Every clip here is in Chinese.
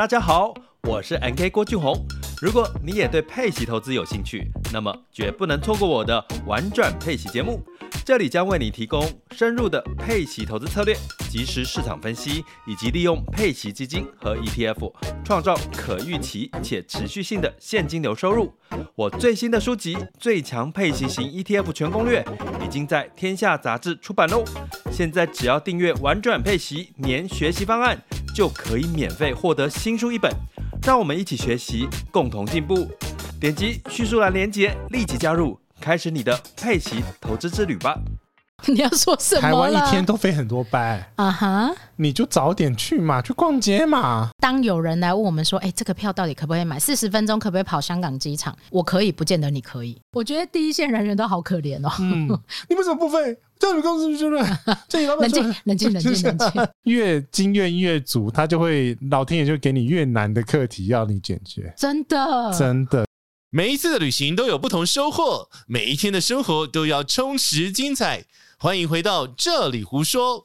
大家好，我是 NK 郭俊宏。如果你也对配息投资有兴趣，那么绝不能错过我的玩转配息节目。这里将为你提供深入的配息投资策略、即时市场分析，以及利用配息基金和 ETF 创造可预期且持续性的现金流收入。我最新的书籍《最强配息型 ETF 全攻略》已经在天下杂志出版喽。现在只要订阅玩转配息年学习方案，就可以免费获得新书一本。让我们一起学习，共同进步。点击叙述栏连结，立即加入，开始你的配息投资之旅吧。 你要说什么了？ 台湾一天都飞很多班啊哈， 你就早点去嘛，去逛街嘛。 当有人来问我们说，这个票到底可不可以买？40分钟可不可以跑香港机场？我可以，不见得你可以。我觉得第一线人员都好可怜哦。 你为什么不飞？叫你公司去了，叫你老板去。 冷静。 越经验越足，他就会老天爷就给你越难的课题要你解决。 真的。 每一次的旅行都有不同收获，每一天的生活都要充实精彩。欢迎回到这里胡说。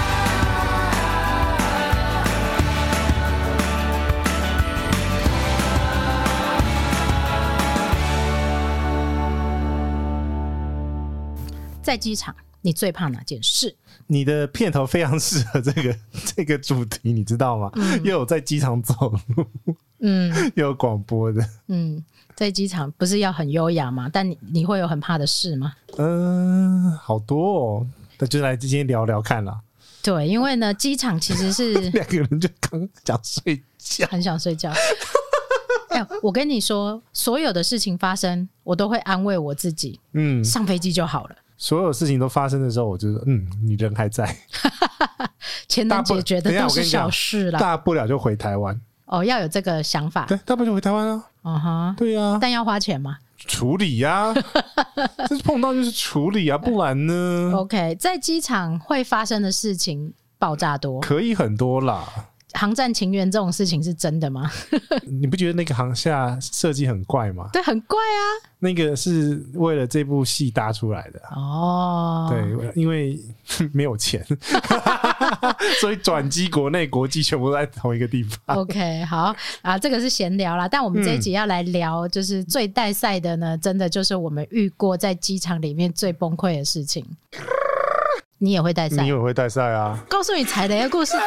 在机场你最怕哪件事？ 你的片头非常适合这个主题，你知道吗？又有在机场走路，又有广播的。 在机场不是要很优雅吗？但你会有很怕的事吗？ 好多哦，那就来今天聊聊看啦。 对，因为呢，机场其实是两个人就刚想睡觉， 很想睡觉。我跟你说，所有的事情发生，我都会安慰我自己，上飞机就好了。 所有事情都发生的时候，我就说，你人还在， 钱能解决的都是小事啦， 大不了就回台湾。 要有这个想法。 对，大不了就回台湾啊。对啊， 但要花钱吗？ 处理啊，这碰到就是处理啊，不然呢 ？OK， 在机场会发生的事情爆炸多， 可以很多啦。 航站情缘这种事情是真的吗？ 你不觉得那个航厦设计很怪吗？ 对，很怪啊。那个是为了这部戏搭出来的对，因为没有钱所以转机国内国际全部都在同一个地方。 OK， 好啊，这个是闲聊啦。但我们这一集要来聊就是最带赛的呢，真的就是我们遇过在机场里面最崩溃的事情。你也会带赛？ 你也会带赛啊。 告诉你踩雷的故事。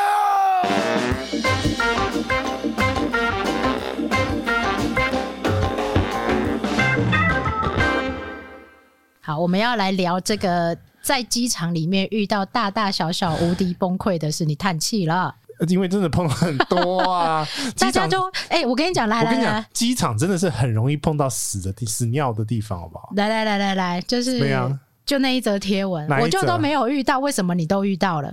好，我们要来聊这个在机场里面遇到大大小小无敌崩溃的事。你叹气了， 因为真的碰到很多啊。 大家就我跟你讲，来， 机场真的是很容易碰到死尿的地方，好不好？ 来，就是就那一则贴文，我就都没有遇到，为什么你都遇到了？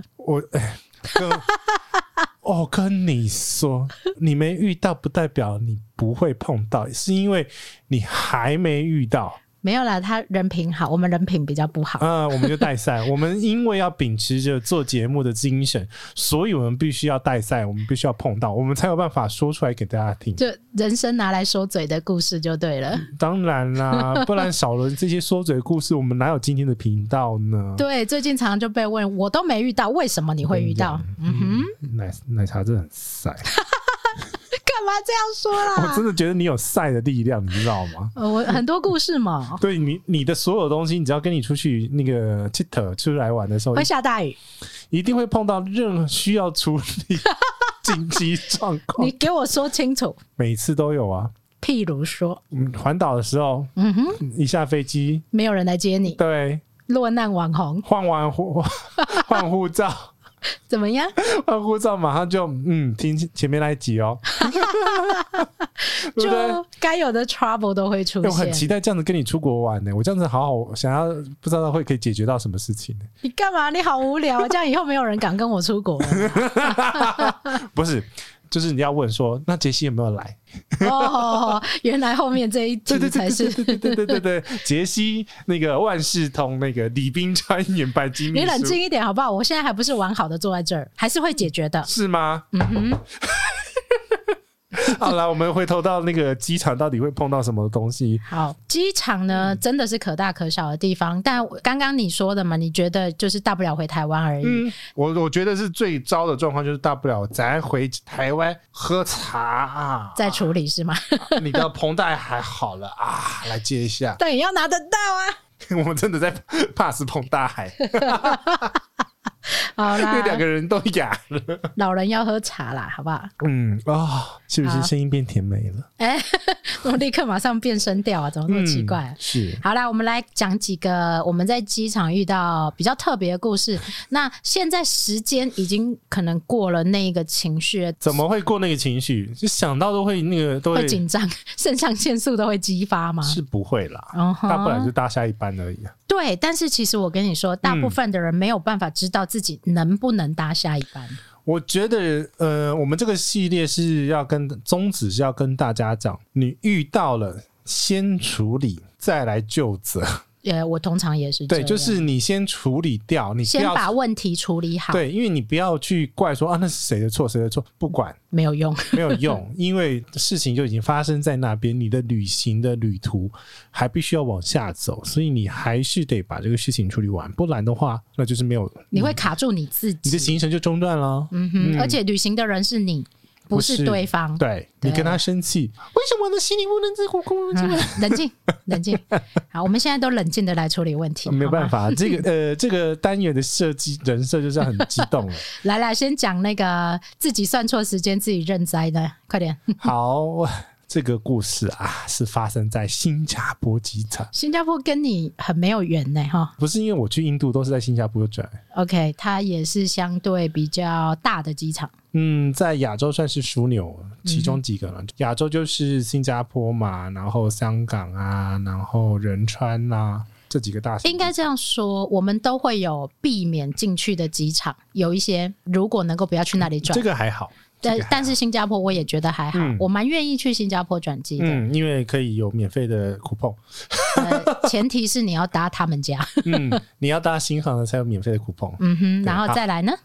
我跟你说，你没遇到不代表你不会碰到，是因为你还没遇到。 没有啦，他人品好，我们人品比较不好。 我们就带赛。我们因为要秉持着做节目的精神，所以我们必须要带赛，我们必须要碰到，我们才有办法说出来给大家听。 就人生拿来说嘴的故事就对了。 当然啦，不然少了这些说嘴的故事，我们哪有今天的频道呢？ 对，最近常常就被问，我都没遇到，为什么你会遇到？ 奶茶真的很晒。 干嘛这样说啦？ 我真的觉得你有晒的力量，你知道吗？ 我很多故事嘛。 对，你的所有东西，你只要跟你出去那个出来玩的时候， 会下大雨， 一定会碰到任何需要处理紧急状况。 你给我说清楚。 每次都有啊。 譬如说， 环岛的时候，一下飞机没有人来接你， 对， 落难网红换护照。 怎么样？ 换护照马上就听前面那一集哦。 就该有的 trouble 都会出现。 我很期待这样子跟你出国玩呢。我这样子好好想要，不知道会可以解决到什么事情呢？ 你干嘛？你好无聊，这样以后没有人敢跟我出国了。 不是，就是你要问说，那杰西有没有来？ 原来后面这一题才是对，杰西那个万事通那个礼宾专员白金秘书。 你冷静一点好不好？我现在还不是完好的坐在这儿，还是会解决的。 是吗？ 好了，我们回头到那个机场到底会碰到什么东西。 好，机场呢真的是可大可小的地方，但刚刚你说的嘛，你觉得就是大不了回台湾而已。 我觉得是最糟的状况，就是大不了咱回台湾喝茶啊， 再处理是吗？ 你的彭大海好了啊，来接一下。 但也要拿得到啊。 我们真的在怕死彭大海。 好啦， 因为2个人都哑了。 老人要喝茶啦，好不好？ 是不是声音变甜美了？ 我立刻马上变声调啊，怎么那么奇怪？ 是。 好啦，我们来讲几个我们在机场遇到比较特别的故事。那现在时间已经可能过了那个情绪了， 怎么会过那个情绪？就想到都会都会紧张，肾上腺素都会激发吗？ 是不会啦，大不了就搭下一班而已。 对，但是其实我跟你说，大部分的人没有办法知道自己能不能搭下一班。 我觉得我们这个系列是要宗旨是要跟大家讲，你遇到了先处理再来究责。 我通常也是这样， 对，就是你先处理掉，你先把问题处理好。 对，因为你不要去怪说那是谁的错，谁的错，不管， 没有用， 没有用，因为事情就已经发生在那边，你的旅行的旅途还必须要往下走，所以你还是得把这个事情处理完，不然的话，那就是没有， 你会卡住你自己， 你的行程就中断了。 而且旅行的人是你。不是对方， 对，你跟他生气，为什么我的行李不能自控制？ 冷静，冷静。好，我们现在都冷静的来处理问题。 没有办法，这个单元的设计人设就是很激动了。 来，先讲那个自己算错时间自己认栽的，快点。 好。这个故事啊，是发生在新加坡机场。 新加坡跟你很没有缘呢，哈。 不是，因为我去印度都是在新加坡转。 OK， 它也是相对比较大的机场。 在亚洲算是枢纽其中几个了。亚洲就是新加坡嘛，然后香港啊，然后仁川啊。这几个大型应该这样说，我们都会有避免进去的机场，有一些如果能够不要去那里转， 这个还好。 但是新加坡我也觉得还好，我蛮愿意去新加坡转机的， 因为可以有免费的 coupon， 前提是你要搭他们家， 你要搭新航的才有免费的 coupon， 然后再来呢？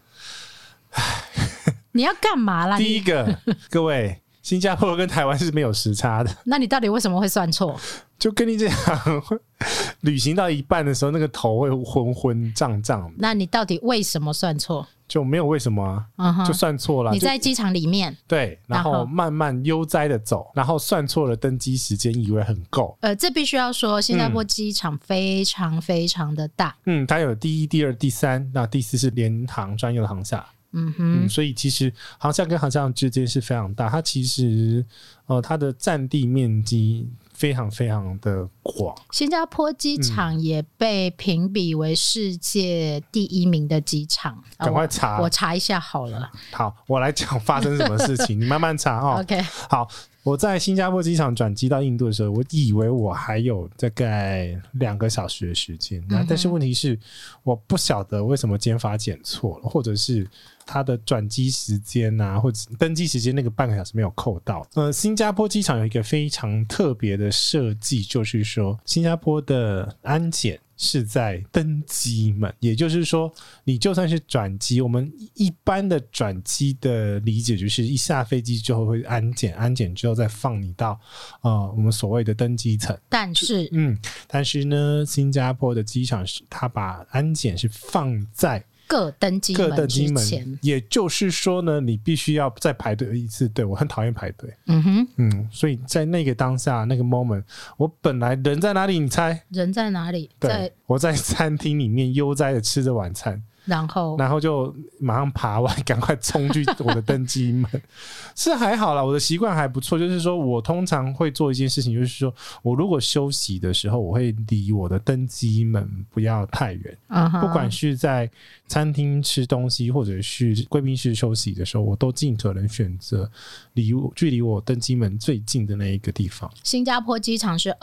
你要干嘛啦？ 第一个，各位，新加坡跟台湾是没有时差的， 那你到底为什么会算错？ 就跟你讲，旅行到一半的时候，那个头会昏昏胀胀。 那你到底为什么算错？ 就没有为什么啊，就算错了。 你在机场里面， 对，然后慢慢悠哉的走，然后算错了登机时间，以为很够。 这必须要说，新加坡机场非常非常的大。 它有第1、第2、第3，那第4是联航专用的航厦。所以其实航厦跟航厦之间是非常大，它其实它的占地面积非常非常的广。 新加坡机场也被评比为世界第1名的机场。 赶快查， 我查一下好了。 好，我来讲发生什么事情，你慢慢查哦。 OK， 好。我在新加坡机场转机到印度的时候，我以为我还有大概2个小时的时间，但是问题是我不晓得为什么减法减错了，或者是它的转机时间啊，或者登机时间那个半个小时没有扣到。新加坡机场有一个非常特别的设计，就是说新加坡的安检是在登机门，也就是说你就算是转机，我们一般的转机的理解就是一下飞机之后会安检，安检之后再放你到我们所谓的登机层。 但是呢，新加坡的机场是它把安检是放在各登机门之前， 也就是说呢，你必须要再排队一次。对，我很讨厌排队。所以在那个当下那个 moment， 我本来人在哪里？你猜？ 人在哪里？ 对，我在餐厅里面悠哉的吃着晚餐。然后就马上爬完，赶快冲去我的登机门。是还好啦，我的习惯还不错，就是说我通常会做一件事情，就是说我如果休息的时候，我会离我的登机门不要太远。不管是在餐厅吃东西，或者是贵宾室休息的时候，我都尽可能选择距离我登机门最近的那一个地方。 新加坡机场是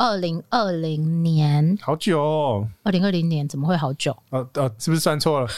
2020年， 好久哦。 2020年怎么会好久？ 是不是算错了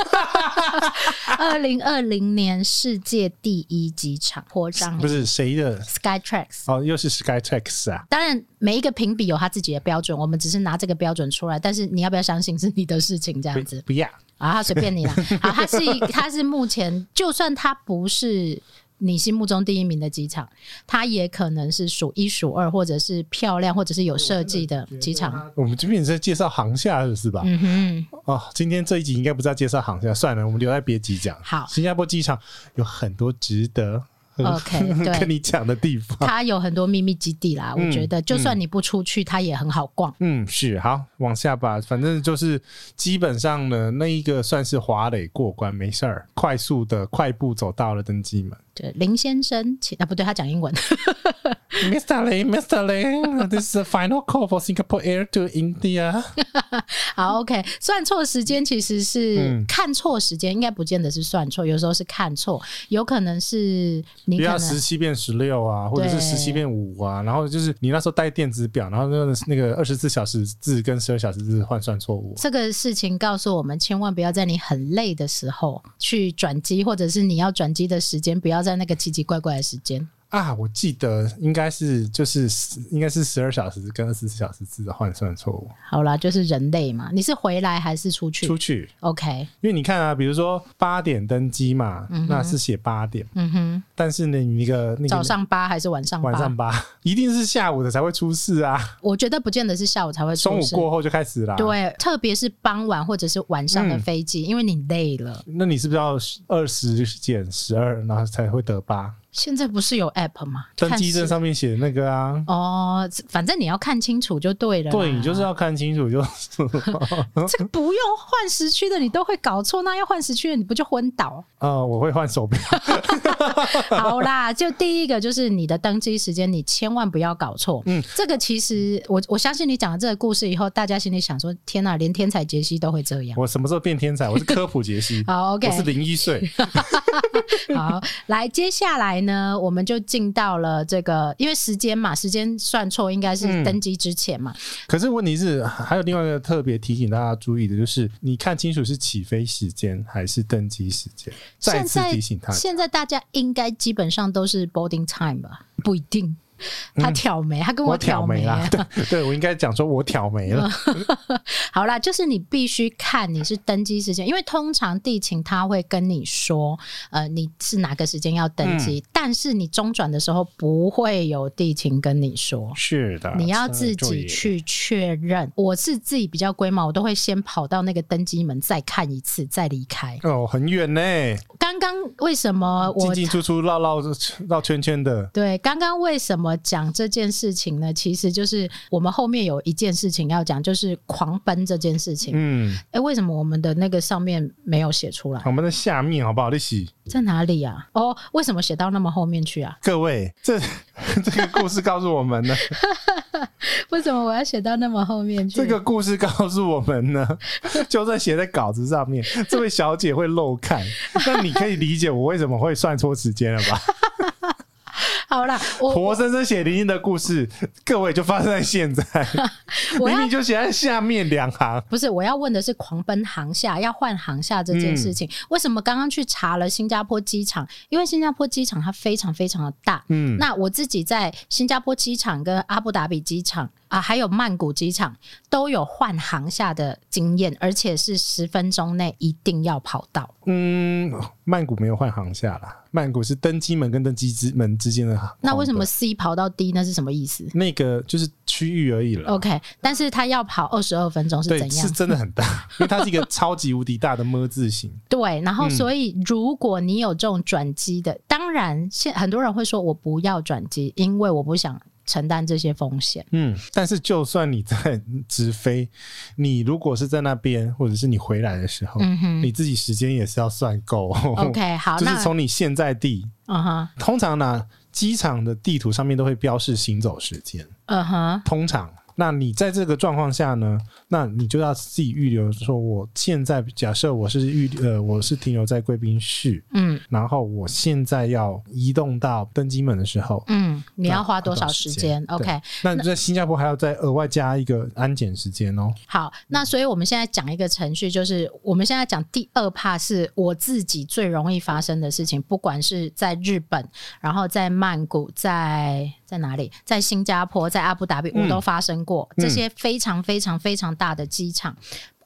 ？2020年世界第1机场，扩张不是谁的 Skytrax 又是 Skytrax 啊！ 当然，每一个评比有他自己的标准，我们只是拿这个标准出来，但是你要不要相信是你的事情，这样子不要啊，随便你啦。好，它是目前就算它不是你心目中第一名的机场，它也可能是数1数2，或者是漂亮，或者是有设计的机场。 我们这边也是在介绍航厦的是吧？今天这一集应该不是要介绍航厦，算了，我们留在别集讲。 好， 新加坡机场有很多值得 OK 对跟你讲的地方， 它有很多秘密基地啦，我觉得就算你不出去，它也很好逛。 是。好，往下吧，反正就是基本上呢，那一个算是滑垒过关，没事儿，快速的快步走到了登机门。 对，林先生，不对，他讲英文。 Mr. Lin, this is the final call for Singapore Air to India 。 好 ，OK， 算错时间其实是看错时间，应该不见得是算错，有时候是看错，有可能是你可能 17变16啊，或者是17变5啊，然后就是你那时候带电子表，然后那个24小时制跟12小时制换算错误。 这个事情告诉我们，千万不要在你很累的时候去转机，或者是你要转机的时间，不要在那个奇奇怪怪的时间。 我记得应该是12小时跟24小时制的换算错误。 好啦，就是人类嘛。你是回来还是出去？ 出去。 OK， 因为你看啊，比如说8点登机嘛，那是写8点。但是呢，你那个早上8还是晚上8？ 晚上8，一定是下午的才会出事啊。 我觉得不见得是下午才会出事， 中午过后就开始啦。 对，特别是傍晚或者是晚上的飞机，因为你累了。 那你是不是要20减12，然后才会得8？ 现在不是有 app 吗？ 登机证上面写的那个啊。 反正你要看清楚就对了。 对，你就是要看清楚就。 这个不用换时区的你都会搞错，那要换时区的你不就昏倒？ 我会换手表。 好啦，就第一个就是你的登机时间，你千万不要搞错。这个其实我相信你讲了这个故事以后，大家心里想说：天哪，连天才杰西都会这样。 我什么时候变天才？我是科普杰西。 好 ，OK， 我是01岁。 好，来，接下来呢，我们就进到了这个，因为时间嘛，时间算错应该是登机之前嘛。 可是问题是，还有另外一个特别提醒大家注意的，就是你看清楚是起飞时间还是登机时间。再次提醒他， 现在大家应该基本上都是 boarding time 吧？不一定。他挑眉，他跟我挑眉啦。对，我应该讲说我挑眉了。 好啦，就是你必须看你是登机时间，因为通常地勤他会跟你说，你是哪个时间要登机，但是你中转的时候不会有地勤跟你说。 是的， 你要自己去确认。我是自己比较龟毛，我都会先跑到那个登机门再看一次，再离开。 很远呢。 刚刚为什么我进进出出绕圈圈的？ 对，刚刚为什么讲这件事情呢？其实就是我们后面有一件事情要讲，就是狂奔这件事情。为什么我们的那个上面没有写出来？ 我们的下面好不好？ 在哪里啊？为什么写到那么后面去啊？ 各位，这个故事告诉我们呢。 为什么我要写到那么后面去？ 这个故事告诉我们呢，就算写在稿子上面，这位小姐会漏看。那你可以理解我为什么会算错时间了吧？ 好啦， 活生生血淋淋的故事，各位就发生在现在。明明就写在下面2行。 不是，我要问的是狂奔航厦要换航厦这件事情，为什么刚刚去查了新加坡机场？因为新加坡机场它非常非常的大。那我自己在新加坡机场跟阿布达比机场还有曼谷机场都有换航厦的经验，而且是10分钟内一定要跑到。 曼谷没有换航厦啦，曼谷是登机门跟登机门之间的航。 那为什么 C 跑到 D 那是什么意思？ 那个就是区域而已了。 OK， 但是他要跑22分钟是怎样？ 对，是真的很大，因为它是一个超级无敌大的么字形。 对，然后所以如果你有这种转机的，当然很多人会说我不要转机，因为我不想承担这些风险。 但是就算你在直飞，你如果是在那边，或者是你回来的时候，你自己时间也是要算够。 OK， 好， 就是从你现在地，通常呢，机场的地图上面都会标示行走时间。通常。那你在这个状况下呢，那你就要自己预留，说我现在假设我是停留在贵宾室，然后我现在要移动到登机门的时候， 你要花多少时间 ？OK， 那你在新加坡还要再额外加一个安检时间哦。 好，那所以我们现在讲一个程序，就是我们现在讲第2 part 是我自己最容易发生的事情，不管是在日本，然后在曼谷，在哪里，在新加坡，在阿布达比，我都发生过。这些非常非常非常大的机场，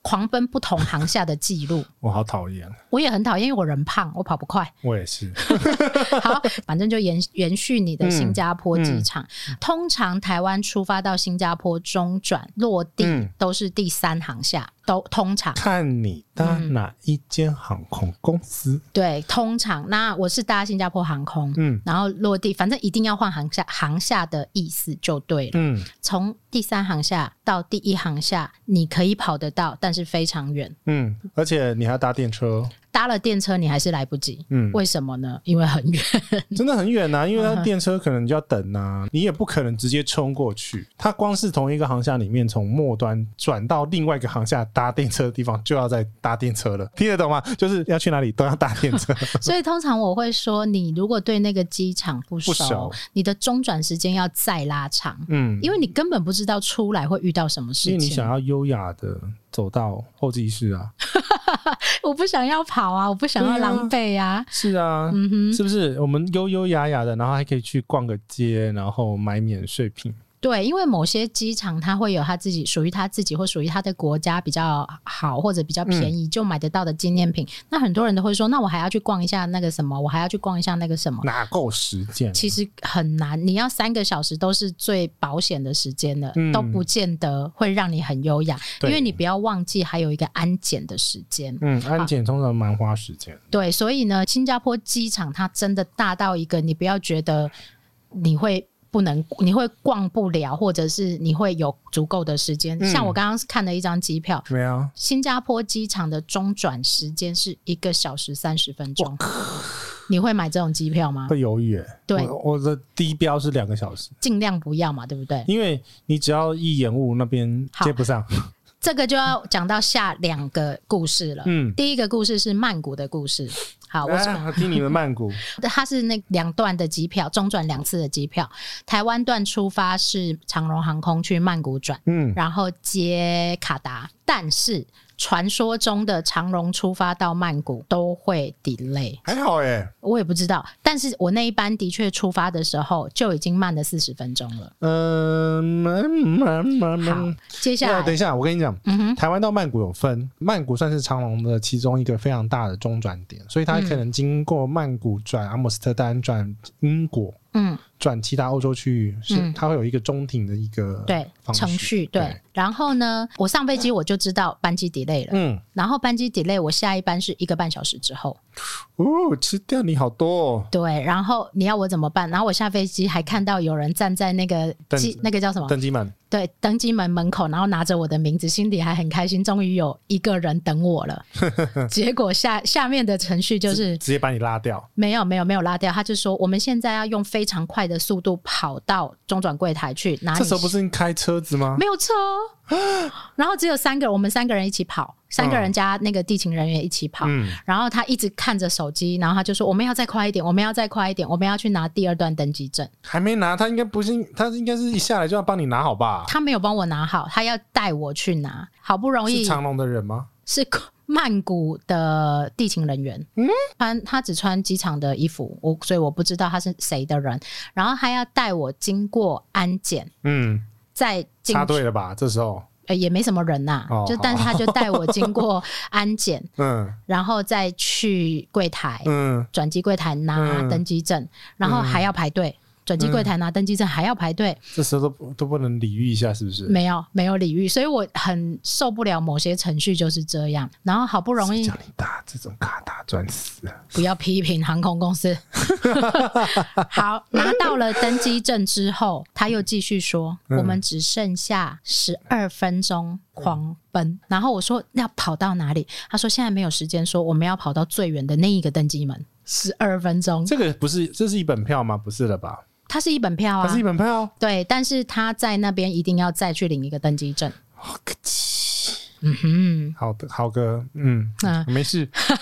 狂奔不同航厦的记录。 我好讨厌， 我也很讨厌，因为我人胖，我跑不快。 我也是。 好，反正就延续你的新加坡机场。通常台湾出发到新加坡中转落地都是第3航厦，都通常看你搭哪一间航空公司。 对，通常那我是搭新加坡航空，然后落地，反正一定要换航厦的意思就对了。从第3航厦到第1航厦，你可以跑得到，但是非常远。 而且你还要搭电车。 搭了电车你还是来不及，为什么呢？因为很远， 真的很远啊！因为它电车可能就要等啊，你也不可能直接冲过去。它光是同一个航厦里面，从末端转到另外一个航厦搭电车的地方，就要再搭电车了。听得懂吗？就是要去哪里都要搭电车。 所以通常我会说，你如果对那个机场不熟，你的中转时间要再拉长，因为你根本不知道出来会遇到什么事情。 因为你想要优雅的走到候机室啊。 我不想要跑啊，我不想要狼狈啊。 是啊，是不是？我们优优雅雅的，然后还可以去逛个街，然后买免税品。 对，因为某些机场它会有它自己属于它自己或属于它的国家比较好或者比较便宜就买得到的纪念品，那很多人都会说，那我还要去逛一下那个什么，我还要去逛一下那个什么， 哪够时间？ 其实很难，你要3个小时都是最保险的时间了，都不见得会让你很优雅，因为你不要忘记还有一个安检的时间。 安检通常蛮花时间。 对，所以呢，新加坡机场它真的大到一个，你不要觉得你会逛不了，或者是你会有足够的时间。像我刚刚看了一张机票， 没有， 新加坡机场的中转时间是1个小时30分钟。你会买这种机票吗？ 会犹豫耶。 对， 我的低标是2个小时， 尽量不要嘛，对不对？ 因为你只要一延误，那边接不上。 这个就要讲到下2个故事了。第一个故事是曼谷的故事。好， 我听你们曼谷。 它是那2段的机票，中转2次的机票。台湾段出发是长荣航空去曼谷转，然后接卡达，但是传说中的长荣出发到曼谷都会 delay。 还好耶， 我也不知道，但是我那一班的确出发的时候就已经慢了40分钟了。好，接下来等一下，我跟你讲，台湾到曼谷有分，曼谷算是长荣的其中一个非常大的中转点，所以它可能经过曼谷转阿姆斯特丹转英国，转其他欧洲区域，是它会有一个中停的一个程序。对，然后呢，我上飞机我就知道班机 delay 了，然后班机 delay 我下一班是1个半小时之后。 吃掉你好多哦。 对，然后你要我怎么办？然后我下飞机还看到有人站在那个那个叫什么登机门， 对，登机门门口，然后拿着我的名字，心里还很开心，终于有一个人等我了。结果下面的程序就是直接把你拉掉。 没有拉掉，他就说我们现在要用非常快的速度跑到中转柜台去拿。 这时候不是你开车子吗？ 没有车然后只有3个，我们3个人一起跑，3个人加那个地勤人员一起跑，然后他一直看着手机，然后他就说我们要再快一点，我们要再快一点，我们要去拿第2段登机证。 还没拿，他应该不是，他应该是一下来就要帮你拿好吧？ 他没有帮我拿好，他要带我去拿，好不容易。 是长荣的人吗？ 是曼谷的地勤人员，他只穿机场的衣服，所以我不知道他是谁的人，然后他要带我经过安检，再插队了吧？这时候也没什么人呐，但是他就带我经过安检，然后再去柜台，转机柜台拿登机证，然后还要排队。转机柜台拿登机证还要排队， 这时候都不能礼遇一下，是不是？ 没有礼遇，所以我很受不了某些程序就是这样。然后好不容易， 谁叫你打这种卡达专司， 不要批评航空公司。好，拿到了登机证之后，他又继续说，我们只剩下12分钟狂奔。然后我说要跑到哪里？他说现在没有时间说，我们要跑到最远的那一个登机门。12分钟， 这个不是，这是一本票吗？不是了吧？ 它是一本票啊， 它是一本票， 对，但是他在那边一定要再去领一个登机证。 好的，好哥，没事。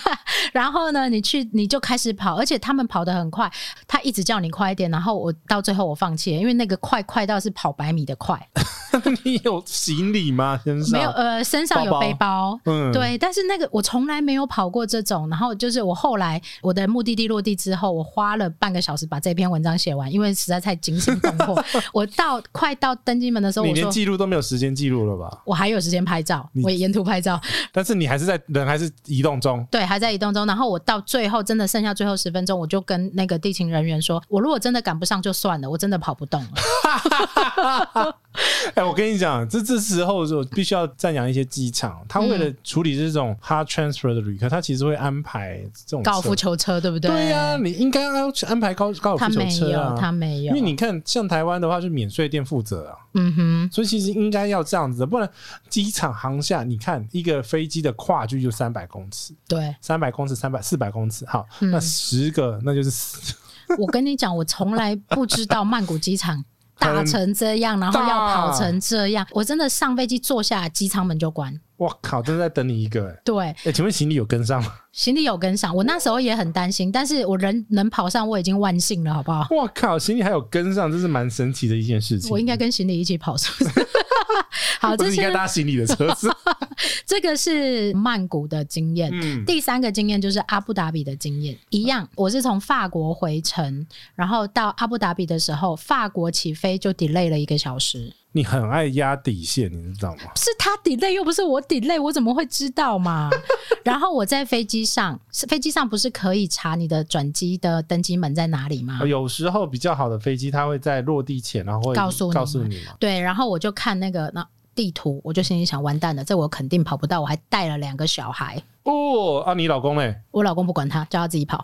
然后呢，你就开始跑，而且他们跑得很快，他一直叫你快一点，然后我到最后我放弃了，因为那个快到是跑100米的快。 你有行李吗？身上没有，身上有背包，对，但是那个我从来没有跑过这种。然后就是我后来我的目的地落地之后，我花了半个小时把这篇文章写完，因为实在太惊心动魄。我快到登机门的时候， 你连记录都没有时间记录了吧？ 我还有时间拍照，我也沿途拍照， 但是你还是人还是移动中， 对，还在移动中。然后我到最后真的剩下最后10分钟，我就跟那个地勤人员说，我如果真的赶不上就算了，我真的跑不动了。 我跟你讲，这时候就必须要赞扬一些机场，他为了处理这种 hard transfer 的旅客，他其实会安排这种高尔夫球车，对不对？ 对啊，你应该要安排高尔夫球车啊。 他没有， 因为你看像台湾的话，就免税店负责啊。所以其实应该要这样子的，不然机场航厦，你看一个飞机的跨距就300公尺， 对 ，300公尺400公尺，好，那10个那就是我跟你讲，我从来不知道曼谷机场大成这样，然后要跑成这样，我真的上飞机坐下来，机舱门就关。 哇靠，真的在等你一个。 对， 请问行李有跟上吗？ 行李有跟上，我那时候也很担心，但是我人能跑上，我已经万幸了，好不好？ 哇靠，行李还有跟上，这是蛮神奇的一件事情。 我应该跟行李一起跑，是不是？好， 这是应该搭行李的车子。 这个是曼谷的经验。第3个经验就是阿布达比的经验，一样，我是从法国回程，然后到阿布达比的时候，法国起飞就 delay 了1个小时。 你很爱压底线，你知道吗？ 是他 delay 又不是我 delay， 我怎么会知道嘛？然后我在飞机上不是可以查你的转机的登机门在哪里吗？ 有时候比较好的飞机，它会在落地前，然后会告诉你嘛。 对，然后我就看那个地图，我就心里想，完蛋了，这我肯定跑不到，我还带了2个小孩。 你老公嘞？ 我老公不管他，叫他自己跑。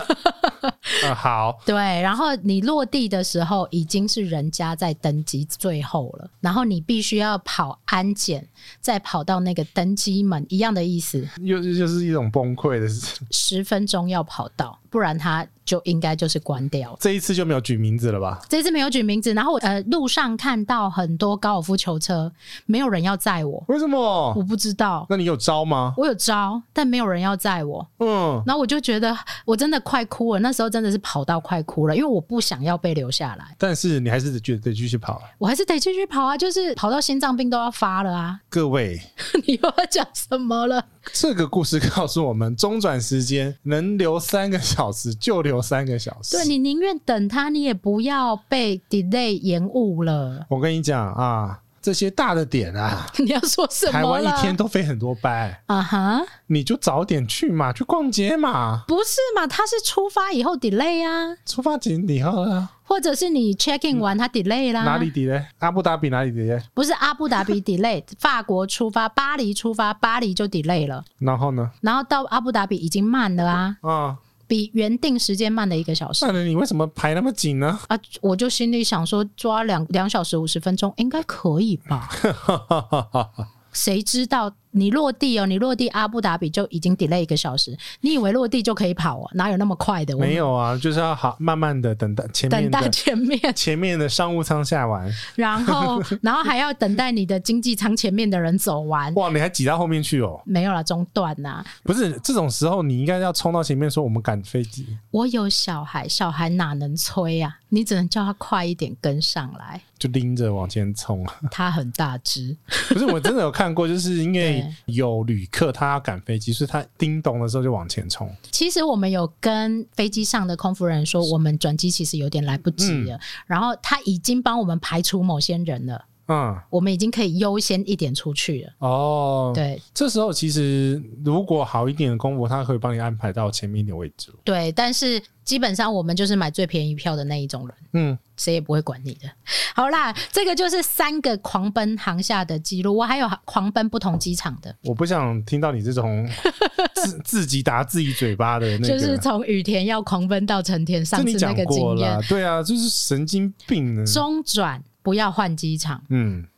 好。 对，然后你落地的时候已经是人家在登机最后了，然后你必须要跑安检，再跑到那个登机门，一样的意思。 就是一种崩溃的事。 10分钟要跑到，不然他就应该就是关掉。 这一次就没有举名字了吧？ 这一次没有举名字，然后路上看到很多高尔夫球车，没有人要载我。 为什么？ 我不知道。 那你有招吗？ 我有招，但没有人要载我。然后我就觉得我真的快哭了，那时候真的是跑到快哭了，因为我不想要被留下来。 但是你还是得继续跑。 我还是得继续跑啊，就是跑到心脏病都要发了啊。 各位， 你又要讲什么了？ 这个故事告诉我们，中转时间能留3个小时就留3个小时。 对，你宁愿等他，你也不要被 delay 延误了。 我跟你讲啊，这些大的点啊， 你要说什么了？ 台湾一天都飞很多班你就早点去嘛，去逛街嘛。 不是嘛，他是出发以后 delay 啊， 出发前以后啊， 或者是你 check in 完他 delay 啦。 哪里 delay？ 阿布达比哪里 delay？ 不是阿布达比 delay， 法国出发，巴黎出发，巴黎就 delay 了。然后呢？然后到阿布达比已经慢了啊。比原定时间慢了1个小时。 那你为什么排那么紧呢？ 我就心里想说，抓2小时50分钟应该可以吧。谁知道你落地阿布达比就已经 delay 1个小时，你以为落地就可以跑哪有那么快的？ 没有啊，就是要好慢慢的等待前面的商务舱下完，然后还要等待你的经济舱前面的人走完。 哇，你还挤到后面去哦？ 没有啦，中断啦。 不是，这种时候你应该要冲到前面说我们赶飞机。 我有小孩哪能催啊？你只能叫他快一点跟上来， 就拎着往前冲。 他很大只。 不是，我真的有看过，就是因为有旅客他要赶飞机，所以他叮咚的时候就往前冲。 其实我们有跟飞机上的空服人说，我们转机其实有点来不及了，然后他已经帮我们排除某些人了。我们已经可以优先一点出去了。对， 这时候其实如果好一点的空服，他可以帮你安排到前面一点位置。 对，但是基本上我们就是买最便宜票的那一种人。谁也不会管你的。好啦，这个就是3个狂奔航厦的记录，我还有狂奔不同机场的。 我不想听到你这种自己打自己嘴巴的那个， 就是从羽田要狂奔到成田，上次那个经验。 对啊，就是神经病呢。 中转不要换机场。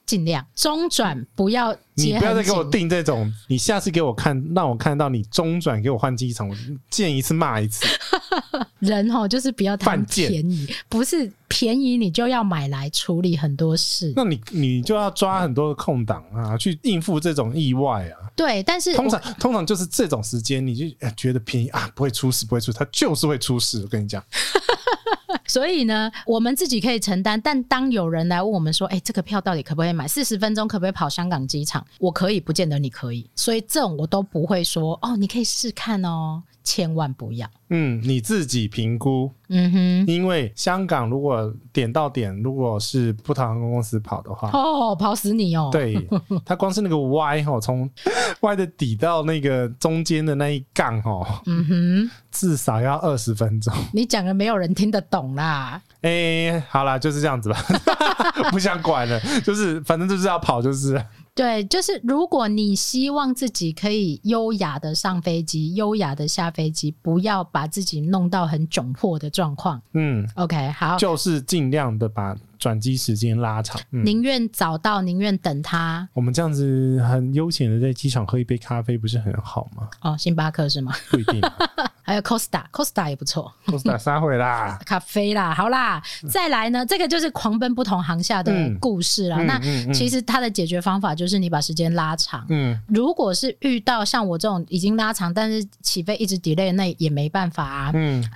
尽量中转不要接很紧， 你不要再给我定这种，你下次给我看，让我看到你中转给我换机场，我见一次骂一次。 人就是不要贪便宜，不是便宜你就要买来处理很多事。 那你就要抓很多的空档啊，去应付这种意外啊。 对，但是通常就是这种时间，你就觉得便宜啊，不会出事，不会出事，它就是会出事。我跟你讲。 所以呢，我们自己可以承担，但当有人来问我们说，这个票到底可不可以买？40分钟可不可以跑香港机场？我可以，不见得你可以，所以这种我都不会说你可以试试看哦，千万不要。 你自己评估。因为香港如果点到点，如果是不同航空公司跑的话， 跑死你哦！ 对，它光是那个 Y 从 Y 的底到那个中间的那一杠至少要20分钟。 你讲的没有人听得懂啦。 好啦，就是这样子吧，不想管了，就是反正就是要跑，就是对，就是如果你希望自己可以优雅的上飞机，优雅的下飞机，不要把自己弄到很窘迫的状况。OK， 好， 就是尽量的把转机时间拉长， 宁愿早到，宁愿等他。 我们这样子很悠闲的在机场喝一杯咖啡，不是很好吗？ 星巴克是吗？ 不一定、 还有 Costa 也不错。 Costa 撒回啦， 咖啡啦，好啦，再来呢，这个就是狂奔不同航厦的故事啦。那其实它的解决方法就是你把时间拉长。如果是遇到像我这种已经拉长，但是起飞一直 delay， 那也没办法啊。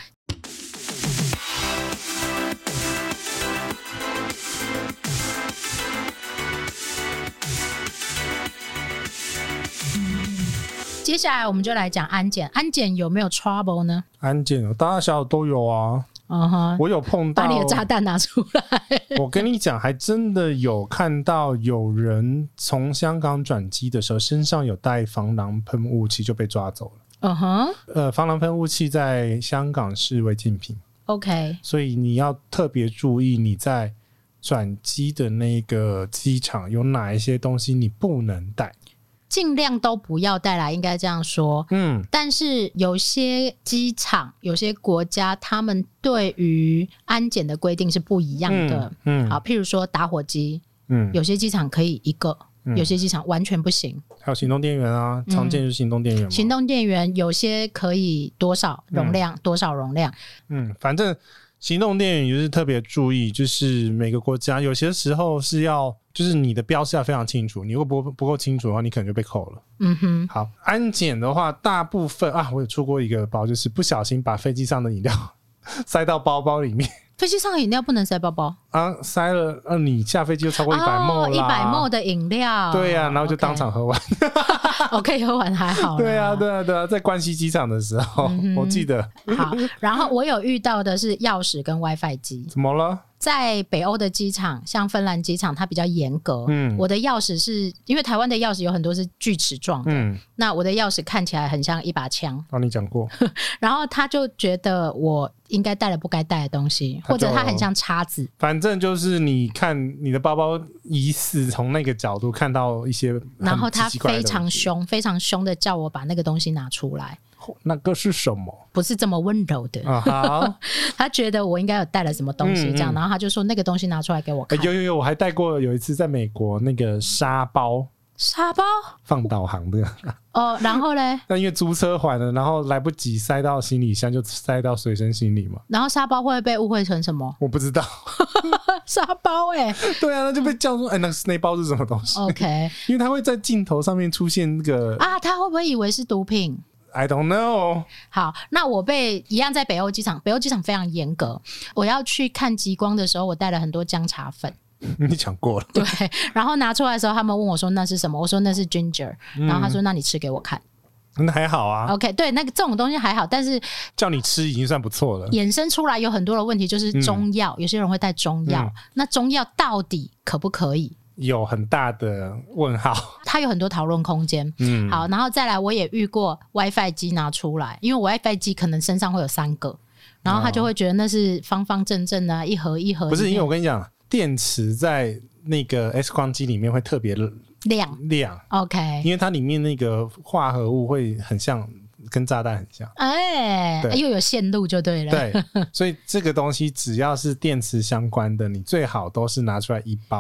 接下来我们就来讲安检，安检有没有 trouble 呢？ 安检大小都有啊。我有碰到， 把你的炸弹拿出来。 我跟你讲，还真的有看到有人从香港转机的时候，身上有带防狼喷雾器就被抓走了。防狼喷雾器在香港是违禁品。 OK， 所以你要特别注意你在转机的那个机场有哪一些东西你不能带。 尽量都不要带来，应该这样说。但是有些机场、有些国家，他们对于安检的规定是不一样的。好，譬如说打火机，有些机场可以一个，有些机场完全不行。 还有行动电源啊，常见就是行动电源嘛。 行动电源有些可以多少容量，多少容量。 反正行动电源就是特别注意，就是每个国家有些时候是要，就是你的标示要非常清楚，你如果不够清楚的话，你可能就被扣了。好，安检的话，大部分我有出过一个包，就是不小心把飞机上的饮料塞到包包里面。 飞机上的饮料不能塞包包塞了，你下飞机就超过100 ml 啦。100 ml 的饮料， 对呀，然后就当场喝完。 可以喝完还好。 对啊，在关西机场的时候，我记得。 好，然后我有遇到的是钥匙跟 WiFi 机。 怎么了？ 在北欧的机场，像芬兰机场，它比较严格。我的钥匙是因为台湾的钥匙有很多是锯齿状的，那我的钥匙看起来很像一把枪。 你讲过。 然后他就觉得我应该带了不该带的东西，或者它很像叉子。 反正就是你看你的包包疑似从那个角度看到一些很奇怪的东西， 然后他非常凶，非常凶的叫我把那个东西拿出来。 那个是什么？ 不是这么温柔的。 好， 他觉得我应该有带了什么东西这样，然后他就说那个东西拿出来给我看。 有，我还带过，有一次在美国那个沙包放导航的。 然后嘞？ 那因为租车还了，然后来不及塞到行李箱，就塞到随身行李嘛。 然后沙包会被误会成什么？ 我不知道。 沙包对啊，那就被叫说那包是什么东西 ？OK， 因为它会在镜头上面出现那个他会不会以为是毒品 ？I don't know。 好，那我一样在北欧机场，北欧机场非常严格。我要去看极光的时候，我带了很多姜茶粉。 你讲过了。 对，然后拿出来的时候，他们问我说那是什么？我说那是 ginger，然后他说那你吃给我看。 那还好啊。 OK， 对，那个这种东西还好，但是叫你吃已经算不错了。 衍生出来有很多的问题，就是中药，有些人会带中药，那中药到底可不可以？ 有很大的问号， 它有很多讨论空间。好，然后再来，我也遇过 WiFi 机拿出来，因为我 WiFi 机可能身上会有3个，然后他就会觉得那是方方正正的一盒一盒。 不是，因为我跟你讲，电池在那个 X 光机里面会特别亮。OK， 因为它里面那个化合物会很像，跟炸弹很像。 又有线路就对了。 对，所以这个东西只要是电池相关的，你最好都是拿出来一包。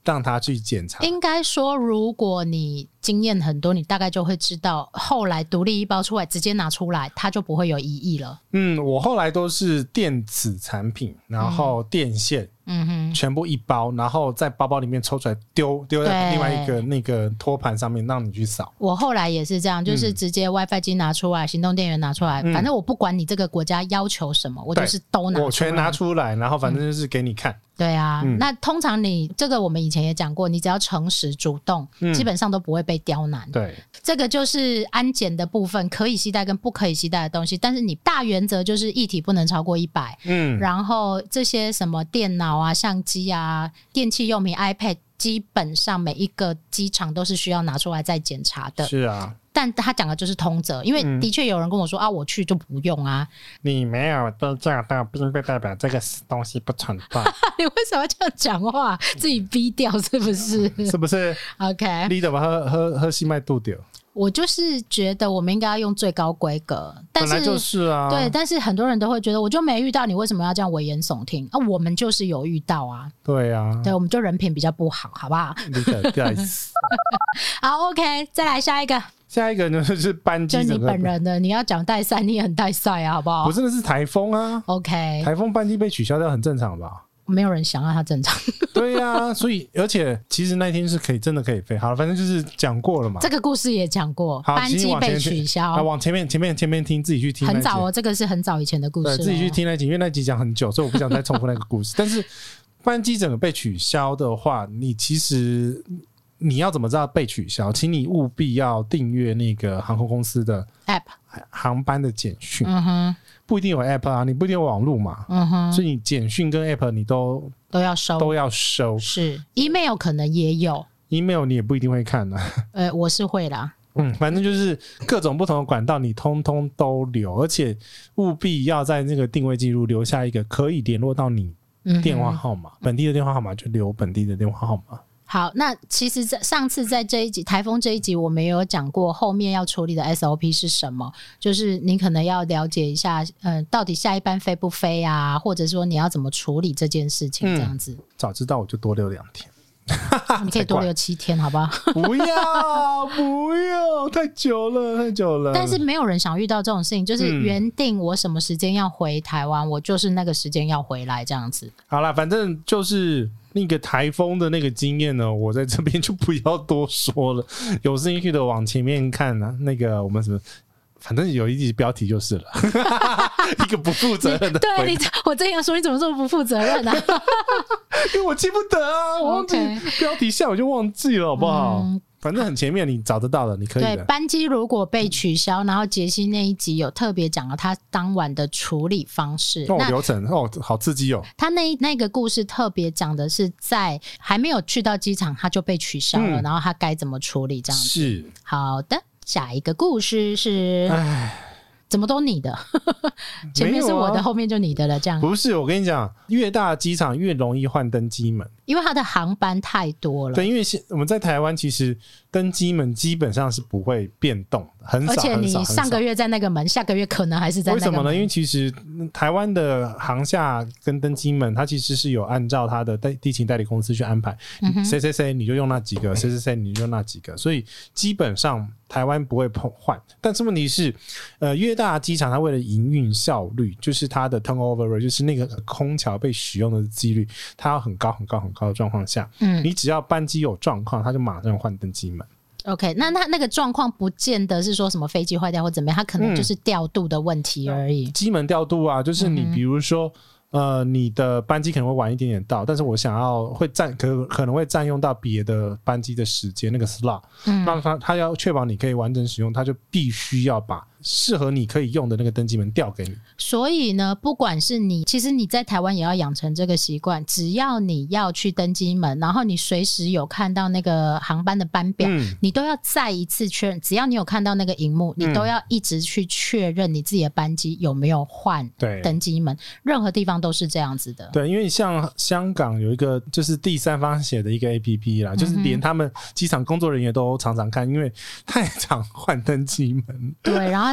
让他去检查。 应该说，如果你经验很多，你大概就会知道，后来独立一包出来直接拿出来，它就不会有疑义了。 我后来都是电子产品，然后电线。全部一包，然后在包包里面抽出来丢在另外一个那个托盘上面让你去扫。 我后来也是这样，就是直接 WiFi 机拿出来，行动电源拿出来，反正我不管你这个国家要求什么，我就是都拿出来， 我全拿出来，然后反正就是给你看。 对啊，那通常你这个我们以前也讲过，你只要诚实主动，基本上都不会被刁难。 对， 这个就是安检的部分，可以携带跟不可以携带的东西，但是你大原则就是液体不能超过100。然后这些什么电脑啊、相机啊、电器用品、iPad， 基本上每一个机场都是需要拿出来再检查的。 是啊。 但他讲的就是通则，因为的确有人跟我说我去就不用啊。 你没有被驾到，并不代表这个东西不存在。 你为什么要这样讲话？自己逼掉是不是？ 是不是 ？OK， 你怎么喝西麦度掉？ 我就是觉得我们应该要用最高规格，但是本来就是啊。 对，但是很多人都会觉得我就没遇到，你为什么要这样危言耸听啊？我们就是有遇到啊。 对啊， 对，我们就人品比较不好，好不好？ 你的该死。 好 ，OK， 再来下一个。 下一个呢就是班机， 就你本人的，你要讲带赛，你也很带赛啊，好不好？ 不是，那是台风啊。 OK， 台风班机被取消掉很正常吧？ 没有人想要它正常。 对啊，所以而且其实那天是真的可以飞。好了，反正就是讲过了嘛。 这个故事也讲过，班机被取消。 往前面听，自己去听。 很早哦，这个是很早以前的故事。 对，自己去听那集，因为那集讲很久，所以我不想再重复那个故事。但是班机整个被取消的话，你要怎么知道被取消？请你务必要订阅那个航空公司的 App 航班的简讯。不一定有 App 啊，你不一定有网路嘛。所以你简讯跟 App 你都要收。 是 email 可能也有 ，email 你也不一定会看的。 我是会啦。 反正就是各种不同的管道你通通都留，而且务必要在那个定位记录留下一个可以联络到你电话号码，本地的电话号码就留本地的电话号码。 好，那其实上次在这一集台风这一集我们也有讲过后面要处理的 SOP 是什么，就是你可能要了解一下到底下一班飞不飞啊，或者说你要怎么处理这件事情这样子。 早知道我就多留2天。 你可以多留7天好不好？ 不要太久了。 但是没有人想遇到这种事情，就是原定我什么时间要回台湾，我就是那个时间要回来这样子。 好啦，反正就是那个台风的那个经验呢，我在这边就不要多说了，有兴趣的往前面看啊。那个我们什么，反正有一集标题就是了。一个不负责任的对，我这样说你怎么这么不负责任啊？ 因为我记不得啊，我忘记标题下我就忘记了，好不好？反正很前面你找得到的，你可以的。 对，班机如果被取消，然后杰西那一集有特别讲了他当晚的处理方式。 流程好刺激哦。 他那个故事特别讲的是在还没有去到机场他就被取消了，然后他该怎么处理这样子。 是好的，下一个故事是。怎么都你的前面是我的，后面就你的了，这样不是？我跟你讲，越大的机场越容易换登机门， 因为它的航班太多了。 对，因为我们在台湾其实登机门基本上是不会变动的，很少。而且你上个月在那个门，下个月可能还是在那个门。 为什么呢？因为其实台湾的航厦跟登机门，它其实是有按照它的地勤代理公司去安排，谁你就用那几个，谁你就用那几个，所以基本上台湾不会换。但是问题是，越大的机场，它为了营运效率，就是它的 turnover rate， 就是那个空桥被使用的几率，它要很高的状况下，你只要班机有状况，它就马上换登机门。 OK， 那个状况不见得是说什么飞机坏掉或怎么样，它可能就是调度的问题而已。 机门调度啊，就是你比如说。你的班机可能会晚一点点到，但是我想要可能会占用到别的班机的时间那个 slot，那他要确保你可以完整使用，他就必须要把适合你可以用的那个登机门调给你。 所以呢，不管是其实你在台湾也要养成这个习惯，只要你要去登机门，然后你随时有看到那个航班的班表，你都要再一次确认，只要你有看到那个荧幕，你都要一直去确认你自己的班机有没有换登机门，任何地方都是这样子的。 对，因为像香港有一个就是第三方写的一个 APP 啦，就是连他们机场工作人员都常常看，因为太常换登机门。 对，然后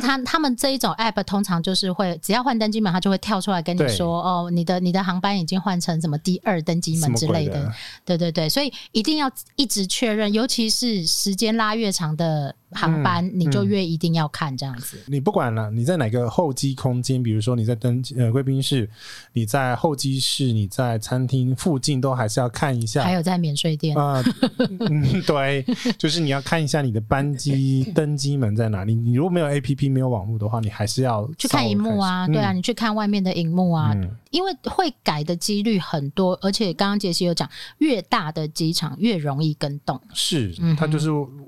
他们这一种 app 通常就是会只要换登机门，它就会跳出来跟你说哦，你的航班已经换成什么第2登机门之类的。对对对，所以一定要一直确认，尤其是时间拉越长的航班，你就越一定要看这样子。 你不管了，你在哪个候机空间，比如说你在贵宾室，你在候机室，你在餐厅附近，都还是要看一下。 还有在免税店对，就是你要看一下你的班机登机门在哪里。你如果没有 APP 没有网络的话，你还是要去看萤幕啊。对啊，你去看外面的萤幕啊。因为会改的几率很多，而且刚刚杰西有讲，越大的机场越容易跟动。 是，他就是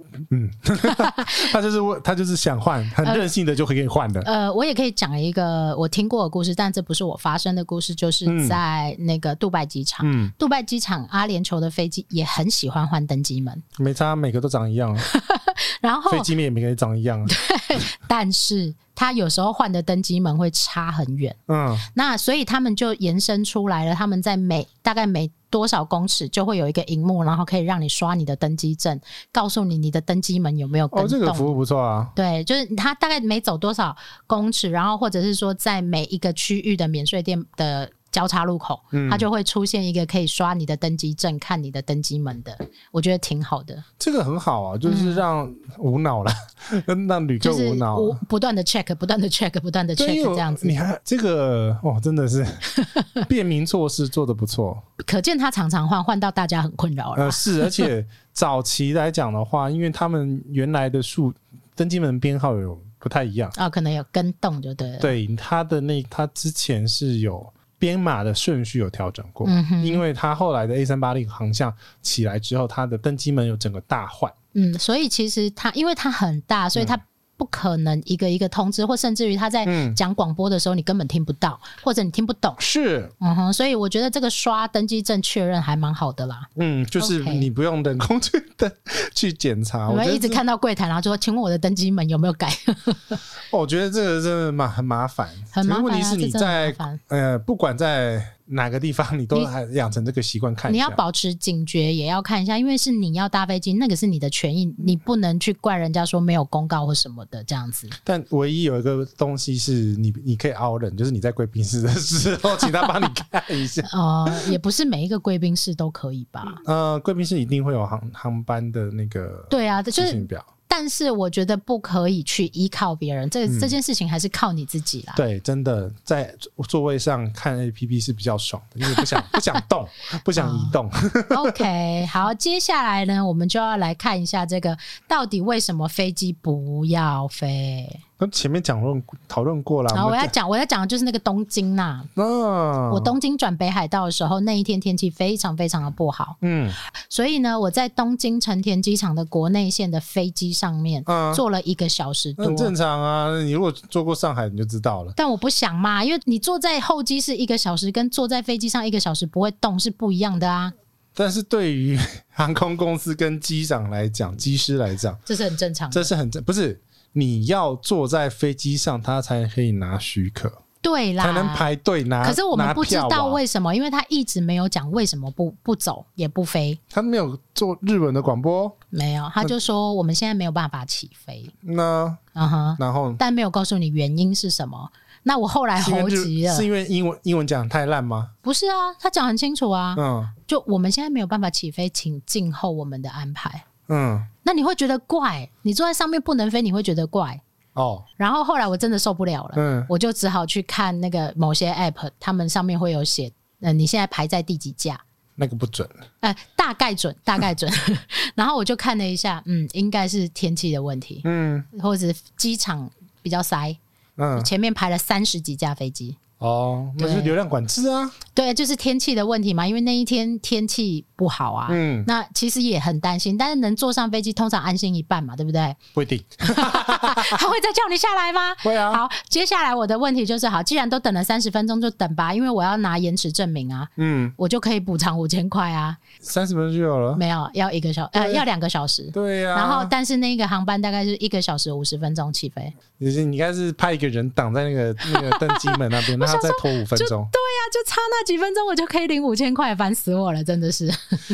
他就是想换，很任性的就可以给你换的。 我也可以讲一个我听过的故事，但这不是我发生的故事，就是在那个杜拜机场。杜拜机场阿联酋的飞机也很喜欢换登机门， 没差，每个都长一样。 然后飞机面也每个长一样。 对，但是他有时候换的登机门会差很远。那所以他们就延伸出来了，他们在大概每多少公尺就会有一个萤幕，然后可以让你刷你的登机证，告诉你的登机门有没有跟动。 这个服务不错啊。 对，就是他大概每走多少公尺，然后或者是说在每一个区域的免税店的交叉路口，它就会出现一个可以刷你的登机证、看你的登机门的，我觉得挺好的。这个很好啊，就是让无脑了，让旅客无脑， 就是不断的 check， 不断的 check， 不断的 check 这样子。 你看这个真的是便民措施做得不错， 可见他常常换到大家很困扰了。 是，而且早期来讲的话，因为他们原来的登机门编号有不太一样可能有跟动就对了。 对，他之前是有编码的顺序有调整过，因为他后来的 A380 航向起来之后，他的登机门有整个大换。 所以其实因为它很大，所以它不可能一个一个通知，或甚至于他在讲广播的时候你根本听不到，或者你听不懂。 是， 所以我觉得这个刷登机证确认还蛮好的啦。 就是你不用人工去检查。 我们一直看到柜台，然后就说请问我的登机门有没有改？ 我觉得这个真的很麻烦， 很麻烦。 问题是你在不管在哪个地方，你都还养成这个习惯看一下。 你要保持警觉，也要看一下，因为是你要搭飞机，那个是你的权益，你不能去怪人家说没有公告或什么的这样子。 但唯一有一个东西是你可以凹人，就是你在贵宾室的时候，请他帮你看一下。 也不是每一个贵宾室都可以吧？ 贵宾室一定会有航班的那个对啊，就是资讯表。 但是我觉得不可以去依靠别人，这件事情还是靠你自己啦。 对，真的在座位上看 APP 是比较爽的，因为不想动，不想移动。 OK， 好，接下来呢，我们就要来看一下这个到底为什么飞机不要飞。 前面讨论过了。 我要讲的就是那个东京呐。我东京转北海道的时候，那一天天气非常非常的不好。所以呢，我在东京成田机场的国内线的飞机上面坐了1个小时多。 很正常啊，你如果坐过上海你就知道了。 但我不想嘛，因为你坐在候机室1个小时，跟坐在飞机上1个小时不会动是不一样的啊。 但是对于航空公司跟机长来讲，机师来讲， 这是很正常的。 不是你要坐在飞机上，他才可以拿许可， 对啦， 才能排队拿。 可是我们不知道为什么，因为他一直没有讲为什么不走也不飞。 他没有做日文的广播， 没有，他就说我们现在没有办法起飞。 然后但没有告诉你原因是什么。那我后来猴急了， 是因为英文讲太烂吗？ 不是啊，他讲很清楚啊。就我们现在没有办法起飞，请静候我们的安排。那你会觉得怪，你坐在上面不能飞，你会觉得怪然后后来我真的受不了了，我就只好去看那个某些 app， 他们上面会有写你现在排在第几架。 那个不准， 大概准然后我就看了一下，应该是天气的问题，或者是机场比较塞，前面排了30几架飞机。 那是流量管制啊。 对，就是天气的问题嘛，因为那一天天气不好啊。那其实也很担心，但是能坐上飞机通常安心一半嘛，对不对？ 不一定。 他会再叫你下来吗？ 会啊。 好，接下来我的问题就是，好，既然都等了30分钟就等吧，因为我要拿延迟证明啊。我就可以补偿5000块啊。 30分钟就有了？ 没有，要1个小时，要2个小时。 对啊。 然后但是那个航班大概是1个小时50分钟起飞。 你应该是派一个人挡在那个登机门那边，让他再拖5分钟。 对啊，就差那几分钟我就可以领5000块，烦死我了，真的是。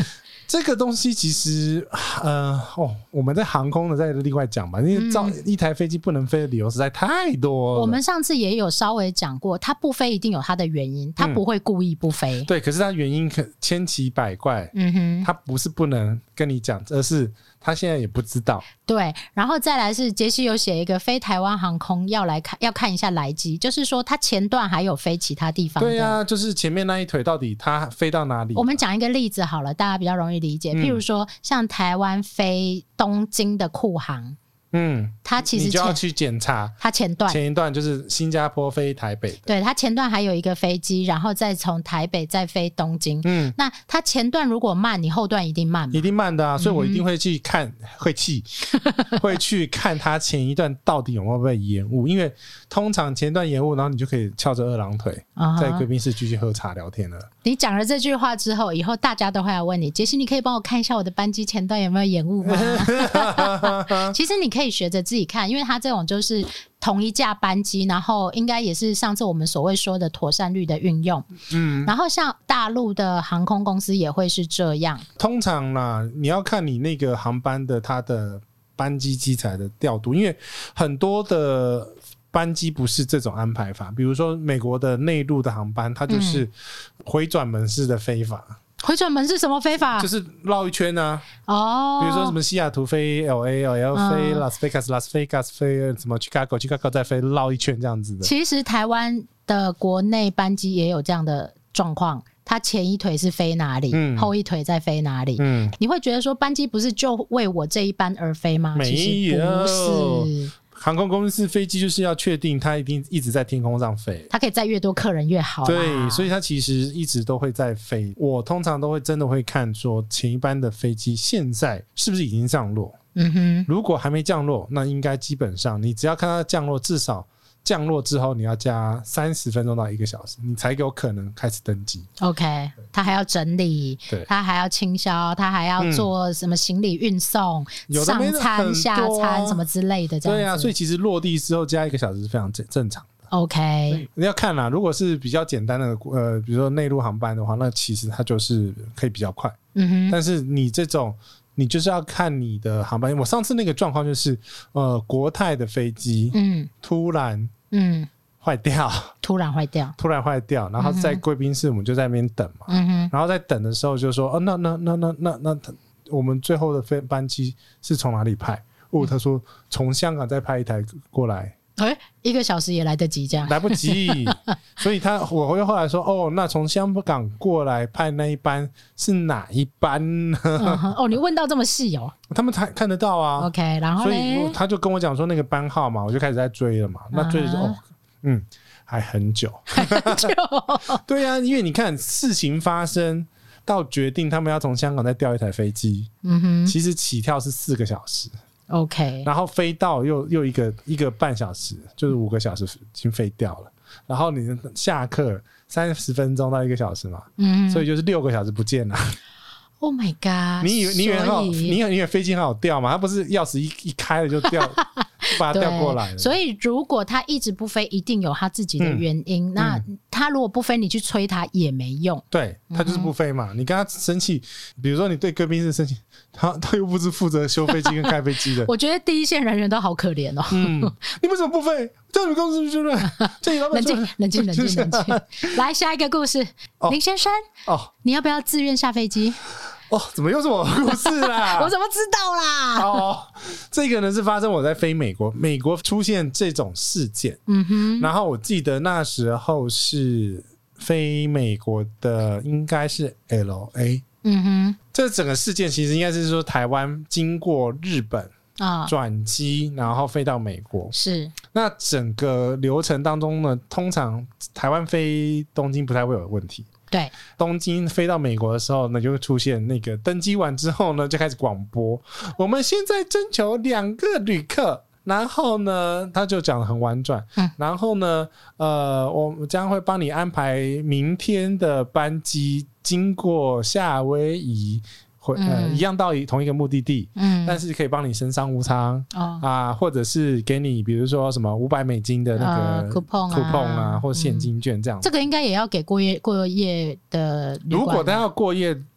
这个东西其实我们在航空的再另外讲吧，因为一台飞机不能飞的理由实在太多了。 我们上次也有稍微讲过，它不飞一定有它的原因，它不会故意不飞。 对，可是它原因千奇百怪。它不是不能跟你讲，而是他现在也不知道。 对，然后再来是杰西有写一个飞台湾航空要看一下来机，就是说它前段还有飞其他地方的。 对啊，就是前面那一腿到底它飞到哪里？ 我们讲一个例子好了，大家比较容易理解。譬如说像台湾飞东京的库航，它其实你就要去检查它前一段就是新加坡飞台北的， 对，它前段还有一个飞机，然后再从台北再飞东京。那它前段如果慢，你后段一定慢嘛， 一定慢的啊，所以我一定会去看，会去看它前一段到底有没有被延误，因为通常前段延误，然后你就可以翘着二郎腿在贵宾室继续喝茶聊天了。 你讲了这句话之后，以后大家都会来问你，杰西，你可以帮我看一下我的班机前段有没有延误吗？其实你可以学着自己看，因为它这种就是同一架班机，然后应该也是上次我们所谓说的妥善率的运用。然后像大陆的航空公司也会是这样。 通常啦，你要看你那个航班的它的班机机材的调度，因为很多的班机不是这种安排法，比如说美国的内陆的航班，它就是回转门式的飞法。 回转门是什么飞法？ 就是绕一圈啊。 比如说什么西雅图飞 LA 飞 Las Vegas 飞什么 Chicago 再飞绕一圈这样子的。 其实台湾的国内班机也有这样的状况，它前一腿是飞哪里，后一腿再飞哪里。你会觉得说班机不是就为我这一班而飞吗？ 没有， 其实不是。 航空公司飞机就是要确定它一定一直在天空上飞， 它可以载越多客人越好。 对，所以它其实一直都会在飞。我通常都会真的会看说前一班的飞机现在是不是已经降落。如果还没降落，那应该基本上你只要看它降落，至少降落之后你要加30分钟到1个小时，你才有可能开始登机。 OK， 他还要整理，他还要清消，他还要做什么行李运送、上餐、下餐什么之类的，这样子。 对啊，所以其实落地之后加1个小时是非常正常的。 OK， 你要看啦，如果是比较简单的比如说内陆航班的话，那其实它就是可以比较快。但是你这种你就是要看你的航班。我上次那个状况就是国泰的飞机突然坏掉，突然坏掉，然后在贵宾室我们就在那边等嘛。然后在等的时候就说那我们最后的班机是从哪里派？他说从香港再派一台过来。 1个小时也来得及，这样来不及。所以我又后来说那从香港过来派那一班是哪一班呢？ 你问到这么细哦。 他们才看得到啊。 OK， 然后所以他就跟我讲说那个班号嘛，我就开始在追了嘛。那追的时候还很久。对啊，因为你看事情发生到决定他们要从香港再调一台飞机，其实起跳是4个小时。 OK， 然后飞到又一个半小时，就是5个小时已经飞掉了。然后你下课30分钟到1个小时嘛，所以就是6个小时不见了。 Oh my god！ 你以为飞机很好调吗？它不是钥匙一开了就掉，把它调过来了。 所以如果它一直不飞，一定有它自己的原因。那它如果不飞，你去催它也没用。 对，它就是不飞嘛。你跟他生气，比如说你对贵宾室生气，他又不是负责修飞机跟开飞机的。 我觉得第一线人员都好可怜哦。 你为什么不飞？叫你们公司去了。 冷静。来下一个故事，林先生，你要不要自愿下飞机？ 怎么又是我的故事啦？ 我怎么知道啦？ 这个呢是发生我在飞美国出现这种事件。然后我记得那时候是飞美国的，应该是 LA。这整个事件其实应该是说台湾经过日本转机，然后飞到美国。是，那整个流程当中呢，通常台湾飞东京不太会有问题。对，东京飞到美国的时候呢，就会出现那个登机完之后呢，就开始广播，我们现在征求2个旅客。然后呢，他就讲得很婉转。然后呢，我们将会帮你安排明天的班机经过夏威夷。一样到同一个目的地，但是可以帮你升商务舱或者是给你比如说什么$500的那个 coupon 啊，或现金券这样。 这个应该也要给过夜的旅馆。 如果他要过夜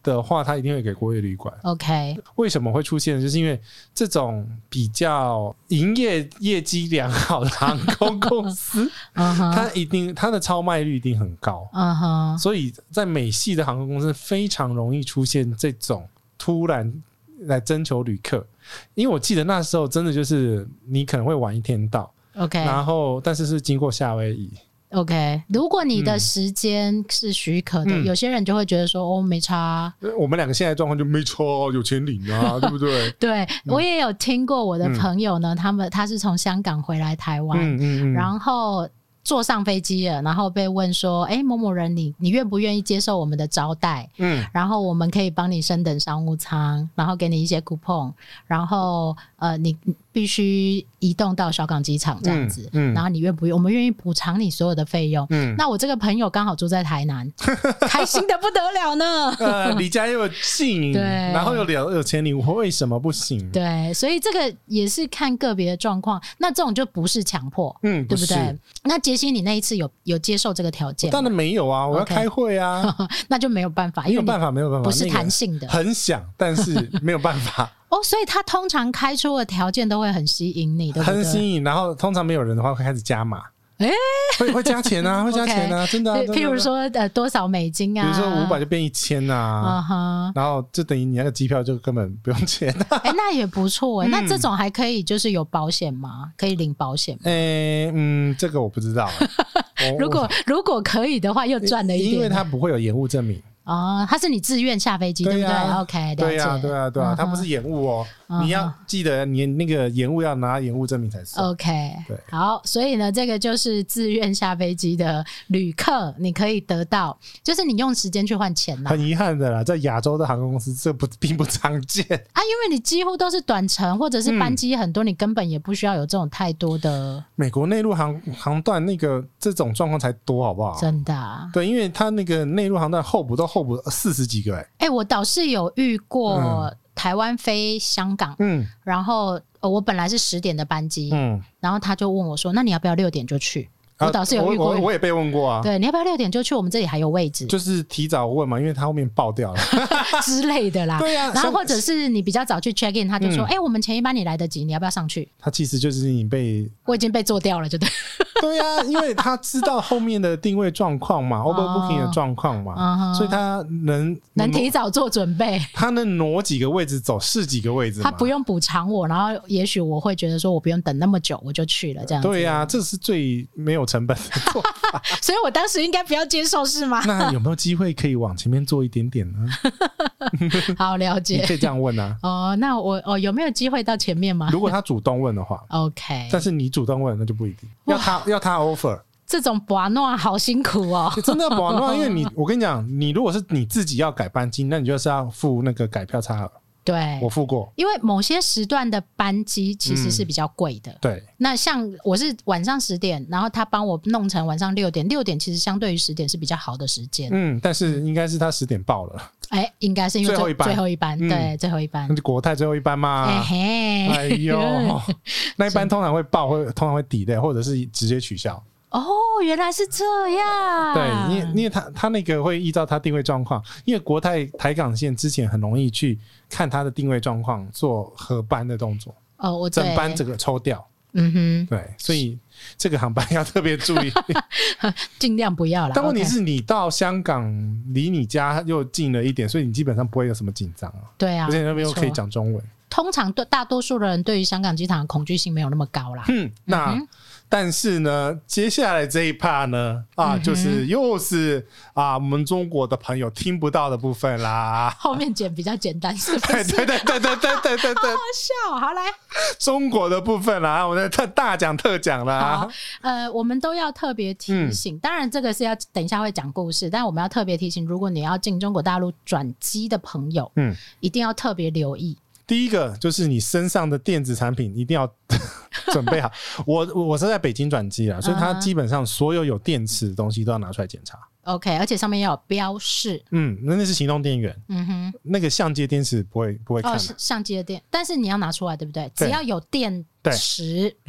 的话，它一定会给过夜旅馆。 OK， 为什么会出现？就是因为这种比较营业业绩良好的航空公司，它一定它的超卖率一定很高。所以在美系的航空公司非常容易出现这种突然来征求旅客，因为我记得那时候真的就是你可能会晚一天到 OK， 然后但是经过夏威夷。 OK， 如果你的时间是许可的，有些人就会觉得说哦没差啊， 我们两个现在状况就没差，有钱领啊，对不对？ 对，我也有听过我的朋友呢，他是从香港回来台湾，然后坐上飞机了，然后被问说某某人你愿不愿意接受我们的招待，然后我们可以帮你升等商务舱，然后给你一些 coupon， 然后你必须移动到小港机场这样子，然后你愿不愿意，我们愿意补偿你所有的费用。那我这个朋友刚好住在台南，开心的不得了呢。 离家又近， 对， 然后又有钱领，为什么不行？ 对，所以这个也是看个别的状况，那这种就不是强迫，对不对？那杰西，你那一次有接受这个条件吗？ 当然没有啊，我要开会啊， 那就没有办法，因为没有办法，不是弹性的， 很想，但是没有办法。 所以他通常开出的条件都会很吸引你，对不对？ 很吸引，然后通常没有人的话会开始加码。会加钱啊，会加钱啊，真的啊。 譬如说多少美金啊？ 比如说500就变1000啊，然后就等于你那个机票就根本不用钱。 那也不错那这种还可以就是有保险吗？可以领保险吗？ 这个我不知道。 如果可以的话，又赚了一点， 因为它不会有延误证明。 它是你自愿下飞机，对不对 ？OK， 对啊，它不是延误哦。你要记得，你那个延误要拿延误证明才是。 OK， 对， 好，所以呢，这个就是自愿下飞机的旅客，你可以得到，就是你用时间去换钱啦。 很遗憾的啦，在亚洲的航空公司，这并不常见啊，因为你几乎都是短程，或者是班机很多，你根本也不需要有这种太多的。 美国内陆航段那个这种状况才多，好不好？ 真的啊， 对，因为它那个内陆航段候补40几个我倒是有遇过台湾飞香港，然后我本来是10点的班机，然后他就问我说：“那你要不要6点就去？”我倒是有遇过， 我也被问过啊。 对，你要不要6点就去？我们这里还有位置。 就是提早问嘛，因为他后面爆掉了之类的啦。 对啊， 然后或者是你比较早去 check in， 他就说：“我们前一班你来得及，你要不要上去？”他其实就是你我已经被做掉了，就对。 对啊，因为他知道后面的定位状况嘛，overbooking 的状况嘛，所以他能提早做准备， 他能挪几个位置走是几个位置嘛， 他不用补偿我，然后也许我会觉得说我不用等那么久，我就去了这样子。 对啊，这是最没有成本的做法。 所以我当时应该不要接受是吗？ 那有没有机会可以往前面做一点点呢？ 好，了解。 你可以这样问啊。 那我有没有机会到前面吗？ 如果他主动问的话 ，OK。 但是你主动问那就不一定，要他 offer。 这种把诺好辛苦哦， 真的把诺，因为我跟你讲，你如果是你自己要改班机，那你就是要付那个改票差额。 对， 我付过， 因为某些时段的班机其实是比较贵的。 对， 那像我是晚上10点，然后他帮我弄成晚上6点，6点其实相对于10点是比较好的时间。 但是应该是他10点爆了。 应该是因为最后一班，对，最后一班， 那就国泰最后一班嘛。哎呦，那一班通常会爆，通常会 delay， 或者是直接取消。 原来是这样。 对，因为他那个会依照他定位状况，因为国泰台港线之前很容易去看他的定位状况做合班的动作。我整班这个抽掉。对，所以这个航班要特别注意， 尽量不要啦。 但问题是你到香港离你家又近了一点，所以你基本上不会有什么紧张啊。 对啊， 而且那边又可以讲中文。 通常大多数的人对于香港机场的恐惧性没有那么高啦。 但是呢，接下来这一 part 呢，就是又是我们中国的朋友听不到的部分啦。 后面剪比较简单，是不是？ 对， 好好笑。好来， 中国的部分啦，我们大讲特讲啦。 我们都要特别提醒，当然这个是要等一下会讲故事，但我们要特别提醒，如果你要进中国大陆转机的朋友，一定要特别留意。 第一个就是你身上的电子产品一定要准备好。我是在北京转机啦，所以它基本上所有电池的东西都要拿出来检查。 OK， 而且上面要有标示。 那是行动电源。那个相机的电池不会看。 相机的电，但是你要拿出来，对不对？只要有电池， 对，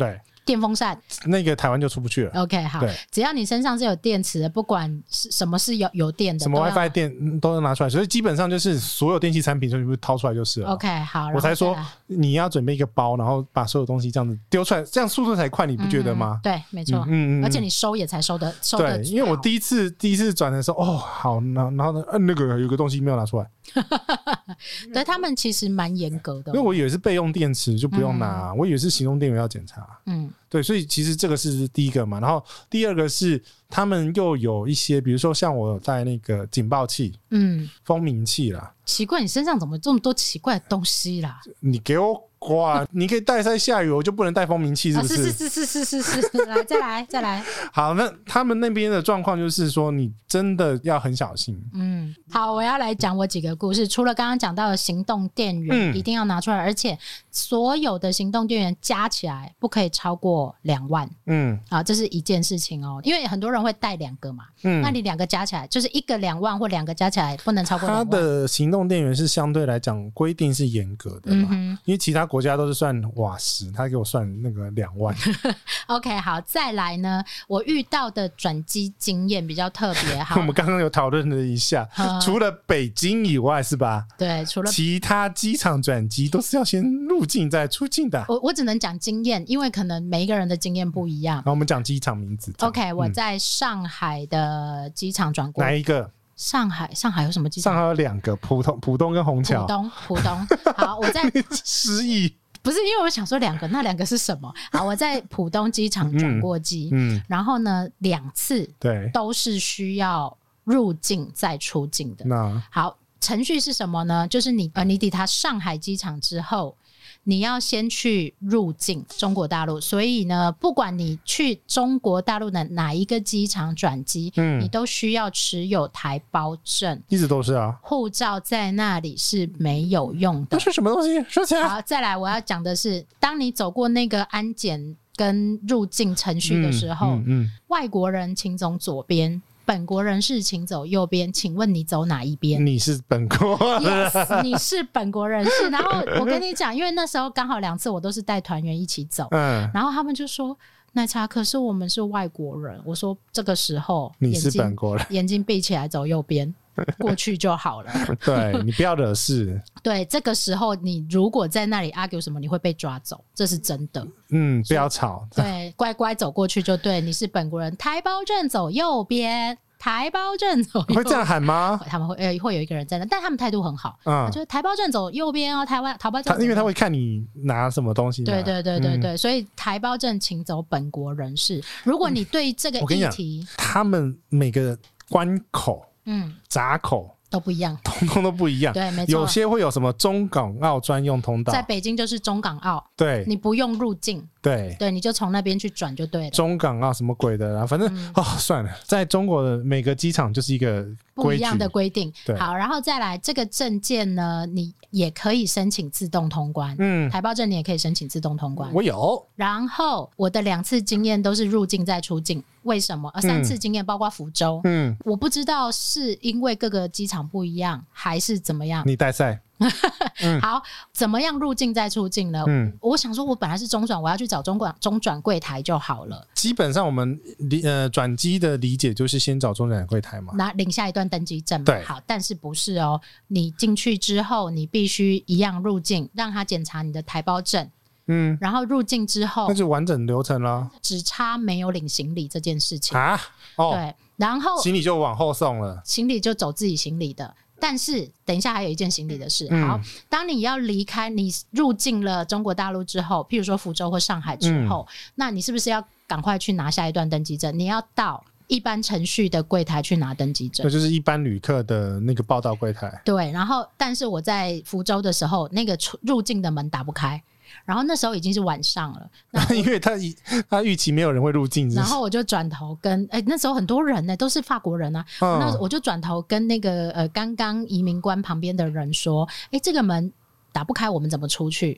电风扇那个台湾就出不去了。 OK， 好，只要你身上是有电池的，不管什么是有电的， 什么 WiFi 电都能拿出来，所以基本上就是所有电器产品全部掏出来就是了。 OK， 好， 我才说你要准备一个包，然后把所有东西这样子丢出来，这样速度才快，你不觉得吗？ 对，没错。而且你收也才收得对，因为我第一次转的时候，好，然后呢，那个有个东西没有拿出来。 对，他们其实蛮严格的， 因为我以为是备用电池就不用拿，我以为是行动电源要检查。对，所以其实这个是第一个嘛，然后第二个是他们又有一些，比如说像我有带那个警报器，蜂鸣器啦。 奇怪，你身上怎么这么多奇怪的东西啦？ 你给我挂，你可以带在下雨，我就不能带蜂鸣器，是不是？ 是，来，再来。 好，那他们那边的状况就是说，你真的要很小心。 好，我要来讲我几个故事。除了刚刚讲到的行动电源一定要拿出来，而且所有的行动电源加起来不可以超过2万。这是一件事情哦，因为很多人会带2个嘛。那你2个加起来，就是一个2万或2个加起来不能超过2万。 它的行动电源是相对来讲规定是严格的嘛，因为其他国家都是算瓦时，他给我算那个2万。 OK， 好，再来呢，我遇到的转机经验比较特别。好， 我们刚刚有讨论了一下，除了北京以外是吧？ 对，除了其他机场转机都是要先入境再出境的。 我只能讲经验，因为可能每一个人的经验不一样。 然后我们讲机场名字。 OK， 我在上海的机场转过。 哪一个？ 上海有什么机场？ 上海有2个，浦东跟虹桥。 浦东。好，我在失忆。 不是，因为我想说2个，那2个是什么？好，我在浦东机场转过机，然后呢2次，对，都是需要入境再出境的。好，程序是什么呢？就是你抵达上海机场之后，你要先去入境中国大陆，所以呢，不管你去中国大陆的哪一个机场转机，你都需要持有台胞证， 一直都是啊。护照在那里是没有用的。 这是什么东西？说起来。 好，再来，我要讲的是，当你走过那个安检跟入境程序的时候，外国人请走左边。本国人士请走右边，请问你走哪一边？ 你是本国人。 Yes， 你是本国人士。然后我跟你讲，因为那时候刚好2次我都是带团员一起走，然后他们就说奶茶，可是我们是外国人。我说这个时候你是本国人， 眼睛闭起来走右边。过去就好了。 对，你不要惹事。 对，这个时候你如果在那里 argue 什么，你会被抓走，这是真的。 不要吵。 对，乖乖走过去就对，你是本国人，台胞证走右边。台胞证走右边， 会这样喊吗？ 他们会有一个人在那，但他们态度很好，就是台胞证走右边哦，台胞证， 因为他会看你拿什么东西。 对，所以台胞证请走本国人士。如果你对这个议题， 他们每个关口、闸口都不一样， 通通都不一样。 对，没错。 有些会有什么中港澳专用通道， 在北京就是中港澳， 对， 你不用入境。 对， 你就从那边去转就对了。 中港澳什么鬼的啦，反正算了，在中国的每个机场就是一个不一样的规定。好，然后再来这个证件呢，你也可以申请自动通关。台胞证你也可以申请自动通关。 我有。 然后我的2次经验都是入境再出境，为什么？3次经验包括福州。我不知道是因为各个机场不一样，还是怎么样。 你带赛。 好，怎么样入境再出境呢？我想说，我本来是中转，我要去找中转柜台就好了。 基本上我们转机的理解就是先找中转柜台嘛， 领下一段登机证嘛。 对， 好，但是不是哦？你进去之后，你必须一样入境，让他检查你的台胞证。然后入境之后， 那就完整流程了， 只差没有领行李这件事情啊。 对，然后行李就往后送了， 行李就走自己行李的。但是等一下还有一件行李的事。好，当你要离开，你入境了中国大陆之后，譬如说福州或上海之后，那你是不是要赶快去拿下一段登机证？你要到一般程序的柜台去拿登机证， 那就是一般旅客的那个报到柜台。 对，然后但是我在福州的时候，那个入境的门打不开。然后那时候已经是晚上了， 因为他预期没有人会入境， 然后我就转头跟那时候很多人呢都是法国人啊，那我就转头跟那个刚刚移民官旁边的人说，这个门打不开，我们怎么出去？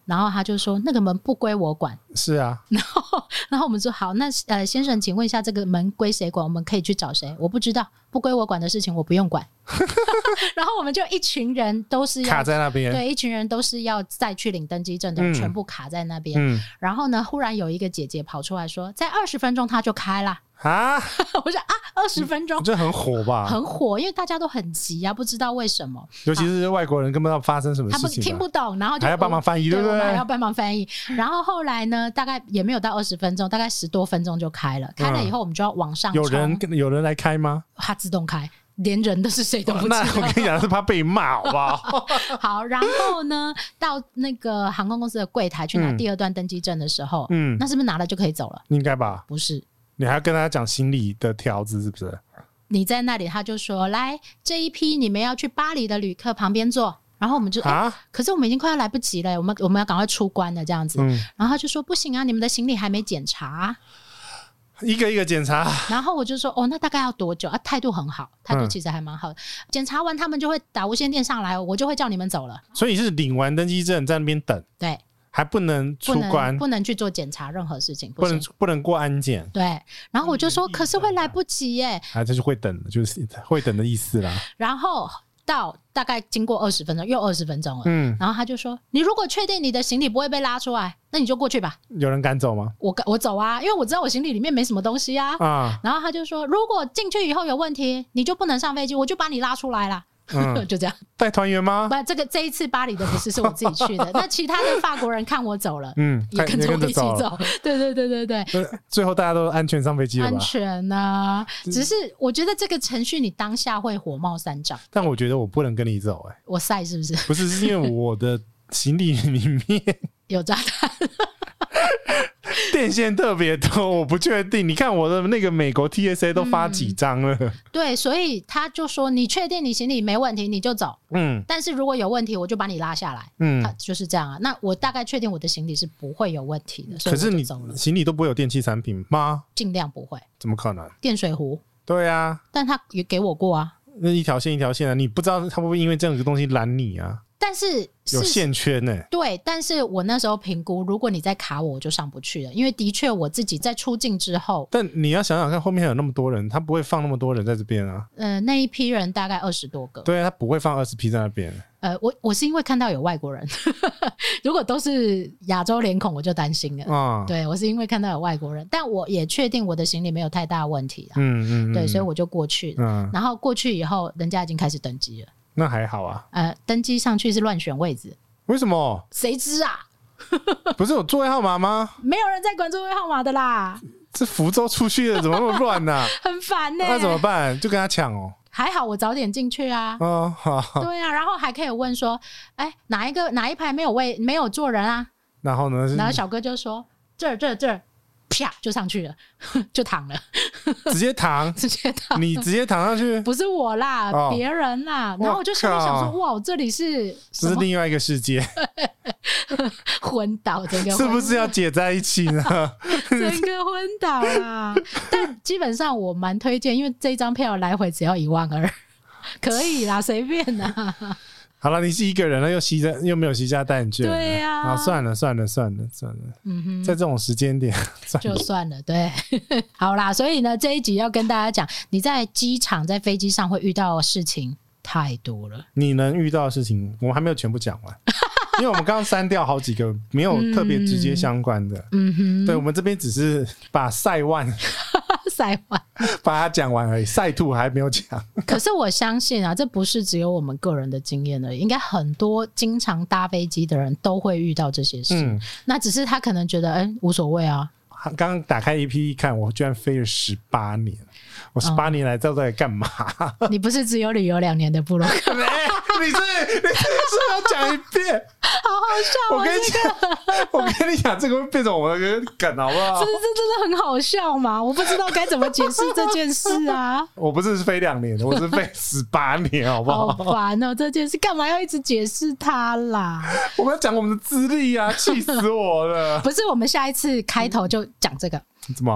然后他就说那个门不归我管。 是啊， 然后我们说好，那先生请问一下这个门归谁管，我们可以去找谁？我不知道，不归我管的事情我不用管。然后我们就一群人都是要卡在那边， 对，一群人都是要再去领登机证的人，全部卡在那边。然后呢，忽然有一个姐姐跑出来说，在20分钟他就开了啊！ 我说20分钟， 这很火吧？ 很火，因为大家都很急啊，不知道为什么， 尤其是外国人根本不知道发生什么事情， 他们听不懂，然后就还要帮忙翻译，对不对？ 还要帮忙翻译。然后后来呢，大概也没有到20分钟，大概10多分钟就开了。开了以后，我们就要往上冲。 有人来开吗？ 它自动开。连人的是谁都不知道。 那我跟你讲，是怕被骂，好不好？ 好，然后呢，到那个航空公司的柜台去拿第2段登机证的时候，那是不是拿了就可以走了？ 应该吧？ 不是， 你还要跟他讲行李的条子，是不是？ 你在那里，他就说：“来，这一批你们要去巴黎的旅客旁边坐。”然后我们就可是我们已经快要来不及了，我们要赶快出关了这样子。然后他就说：“不行啊，你们的行李还没检查。” 一个一个检查， 然后我就说那大概要多久啊？态度很好，态度其实还蛮好的。检查完他们就会打无线电上来，我就会叫你们走了。 所以是领完登机证在那边等， 对， 还不能出关， 不能去做检查任何事情， 不能过安检。 对，然后我就说可是会来不及耶。 这就会等，就是会等的意思啦。 然后到大概经过20分钟，又20分钟了。然后他就说：“你如果确定你的行李不会被拉出来，那你就过去吧。” 有人敢走吗？ 我走啊，因为我知道我行李里面没什么东西啊。然后他就说：“如果进去以后有问题，你就不能上飞机，我就把你拉出来啦。”就这样。 带团员吗？ 不，这一次巴黎的不是我自己去的。那其他的法国人看我走了，也跟着我一起走。对。 最后大家都安全上飞机了吧？ 安全啊，只是我觉得这个程序你当下会火冒三丈。 但我觉得我不能跟你走， 我晒是不是？ 不是，是因为我的行李里面有炸弹。 电线特别多，我不确定。你看我的那个美国 TSA 都发几张了。 对，所以他就说你确定你行李没问题你就走。但是如果有问题我就把你拉下来。他就是这样啊。那我大概确定我的行李是不会有问题的。 可是你行李都不会有电器产品吗？ 尽量不会。 怎么可能？ 电水壶。 对啊， 但他也给我过啊。 那一条线一条线啊，你不知道他会不会因为这样一个东西拦你啊？ 但是有线圈对，但是我那时候评估，如果你再卡我就上不去了，因为的确我自己在出境之后。 但你要想想看，后面还有那么多人，他不会放那么多人在这边啊。 那一批人大概20多个。 对啊，他不会放20批在那边。 我是因为看到有外国人，如果都是亚洲脸孔我就担心了。对，我是因为看到有外国人，但我也确定我的行李没有太大问题啦。对，所以我就过去了。然后过去以后，人家已经开始登机了。 那还好啊。 登机上去是乱选位置。 为什么？ 谁知啊？ 不是有座位号码吗？ 没有人在管座位号码的啦。 这福州出去的怎么那么乱啊？ 很烦那怎么办？就跟他抢哦。 还好我早点进去啊。 好。 对啊，然后还可以问说，哪一排没有坐人啊？ 然后呢？ 然后小哥就说这儿。啪就上去了，就躺了。 直接躺？ 直接躺？ 你直接躺上去？ 不是我啦，别人啦。然后我就心里想说，哇，这里是这是另外一个世界。 昏倒，整个是不是要结在一起呢？ 整个昏倒啦。但基本上我蛮推荐，因为这一张票来回只要12000，可以啦，随便啦。 好了，你是一个人了，又没有携家带眷， 对呀， 算了，在这种时间点就算了，对，好啦，所以呢，这一集要跟大家讲，你在机场、在飞机上会遇到的事情太多了， 你能遇到的事情，我们还没有全部讲完。因为我们刚刚删掉好几个没有特别直接相关的。对，我们这边只是把赛万把它讲完而已，赛兔还没有讲。 可是我相信啊，这不是只有我们个人的经验而已，应该很多经常搭飞机的人都会遇到这些事。那只是他可能觉得无所谓啊。 刚刚打开 EP 一看，我居然飞了18年，我18年来到底在干嘛？ 你不是只有旅游2年的部落客？ 你是要讲一遍， 好好笑。 我跟你讲，这个会变成我的梗，好不好？ 这真的很好笑嘛？我不知道该怎么解释这件事啊。 我不是飞2年，我是飞18年，好不好？ 好烦哦，这件事干嘛要一直解释它啦？ 我们要讲我们的资历啊，气死我了！ 不是，我们下一次开头就讲这个。 怎么？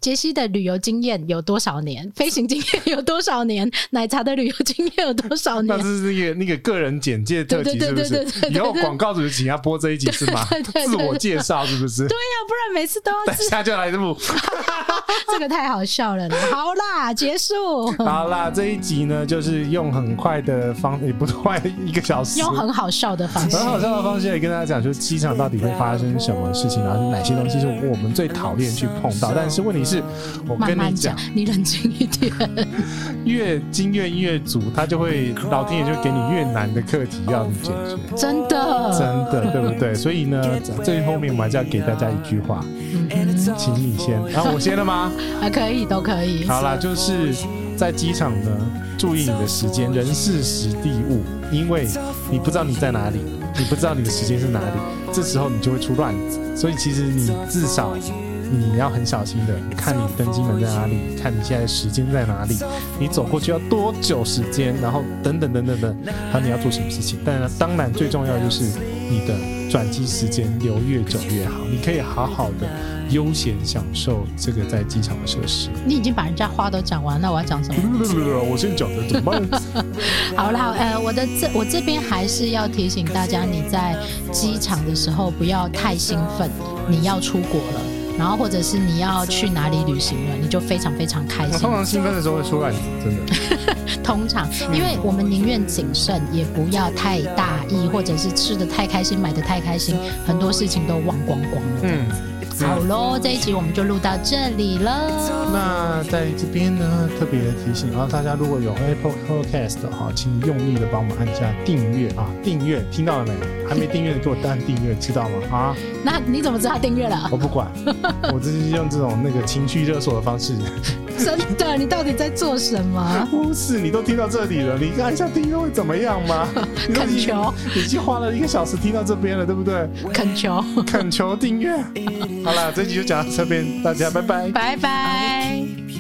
杰西的旅游经验有多少年，飞行经验有多少年，奶茶的旅游经验有多少年？ 那是那个个人简介特辑，是不是？以后广告主请他播这一集是吗？自我介绍是不是？ 对呀，不然每次都要等下就来录。 这个太好笑了。好啦，结束。 好啦，这一集呢，就是用很快的也不快1个小时， 用很好笑的方式， 很好笑的方式来跟大家讲，说机场到底会发生什么事情，然后哪些东西是我们最讨厌去碰到。但是问题是，我跟你讲， 你冷静一点。 越经验越足，他就会老天爷就给你越难的课题要你解决。 真的， 对不对？所以呢，最后面我们还是要给大家一句话，请你先。然后我先了吗？ 可以，都可以。 好啦，就是在机场呢，注意你的时间，人事时地物，因为你不知道你在哪里，你不知道你的时间是哪里，这时候你就会出乱子。所以其实你至少你要很小心的看你登机门在哪里，看你现在的时间在哪里，你走过去要多久时间，然后等等，还有你要做什么事情。但当然最重要的就是你的转机时间留越久越好，你可以好好的悠闲享受这个在机场的设施。 你已经把人家话都讲完，那我要讲什么？ 我先讲的怎么办？ 好啦，我这边还是要提醒大家，你在机场的时候不要太兴奋，你要出国了。然后或者是你要去哪里旅行了，你就非常非常开心。 我通常兴奋的时候会出乱子，真的。 通常，因为我们宁愿谨慎，也不要太大意，或者是吃得太开心，买得太开心，很多事情都忘光光了。好咯，这一集我们就录到这里了。 那在这边呢，特别的提醒，然后大家如果有 Apple Podcast 的话，请用力的帮我们按下订阅啊！订阅听到了没？还没订阅的给我按订阅，知道吗？啊？ 那你怎么知道他订阅了？ 我不管，我这是用这种情绪勒索的方式。 真的，你到底在做什么？ 不是，你都听到这里了，你按一下订阅会怎么样吗？ 恳求， 你已经花了1个小时听到这边了，对不对？恳求订阅。好啦，这集就讲到这边，大家拜拜， 拜拜。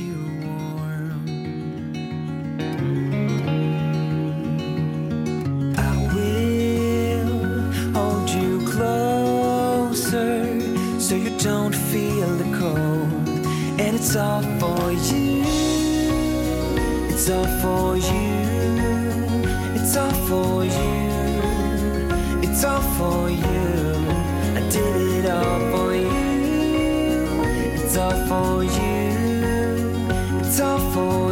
So you don't feel the cold, and it's all for you, it's all for you, it's all for you, it's all for you, I did it all for you, it's all for you, it's all for you.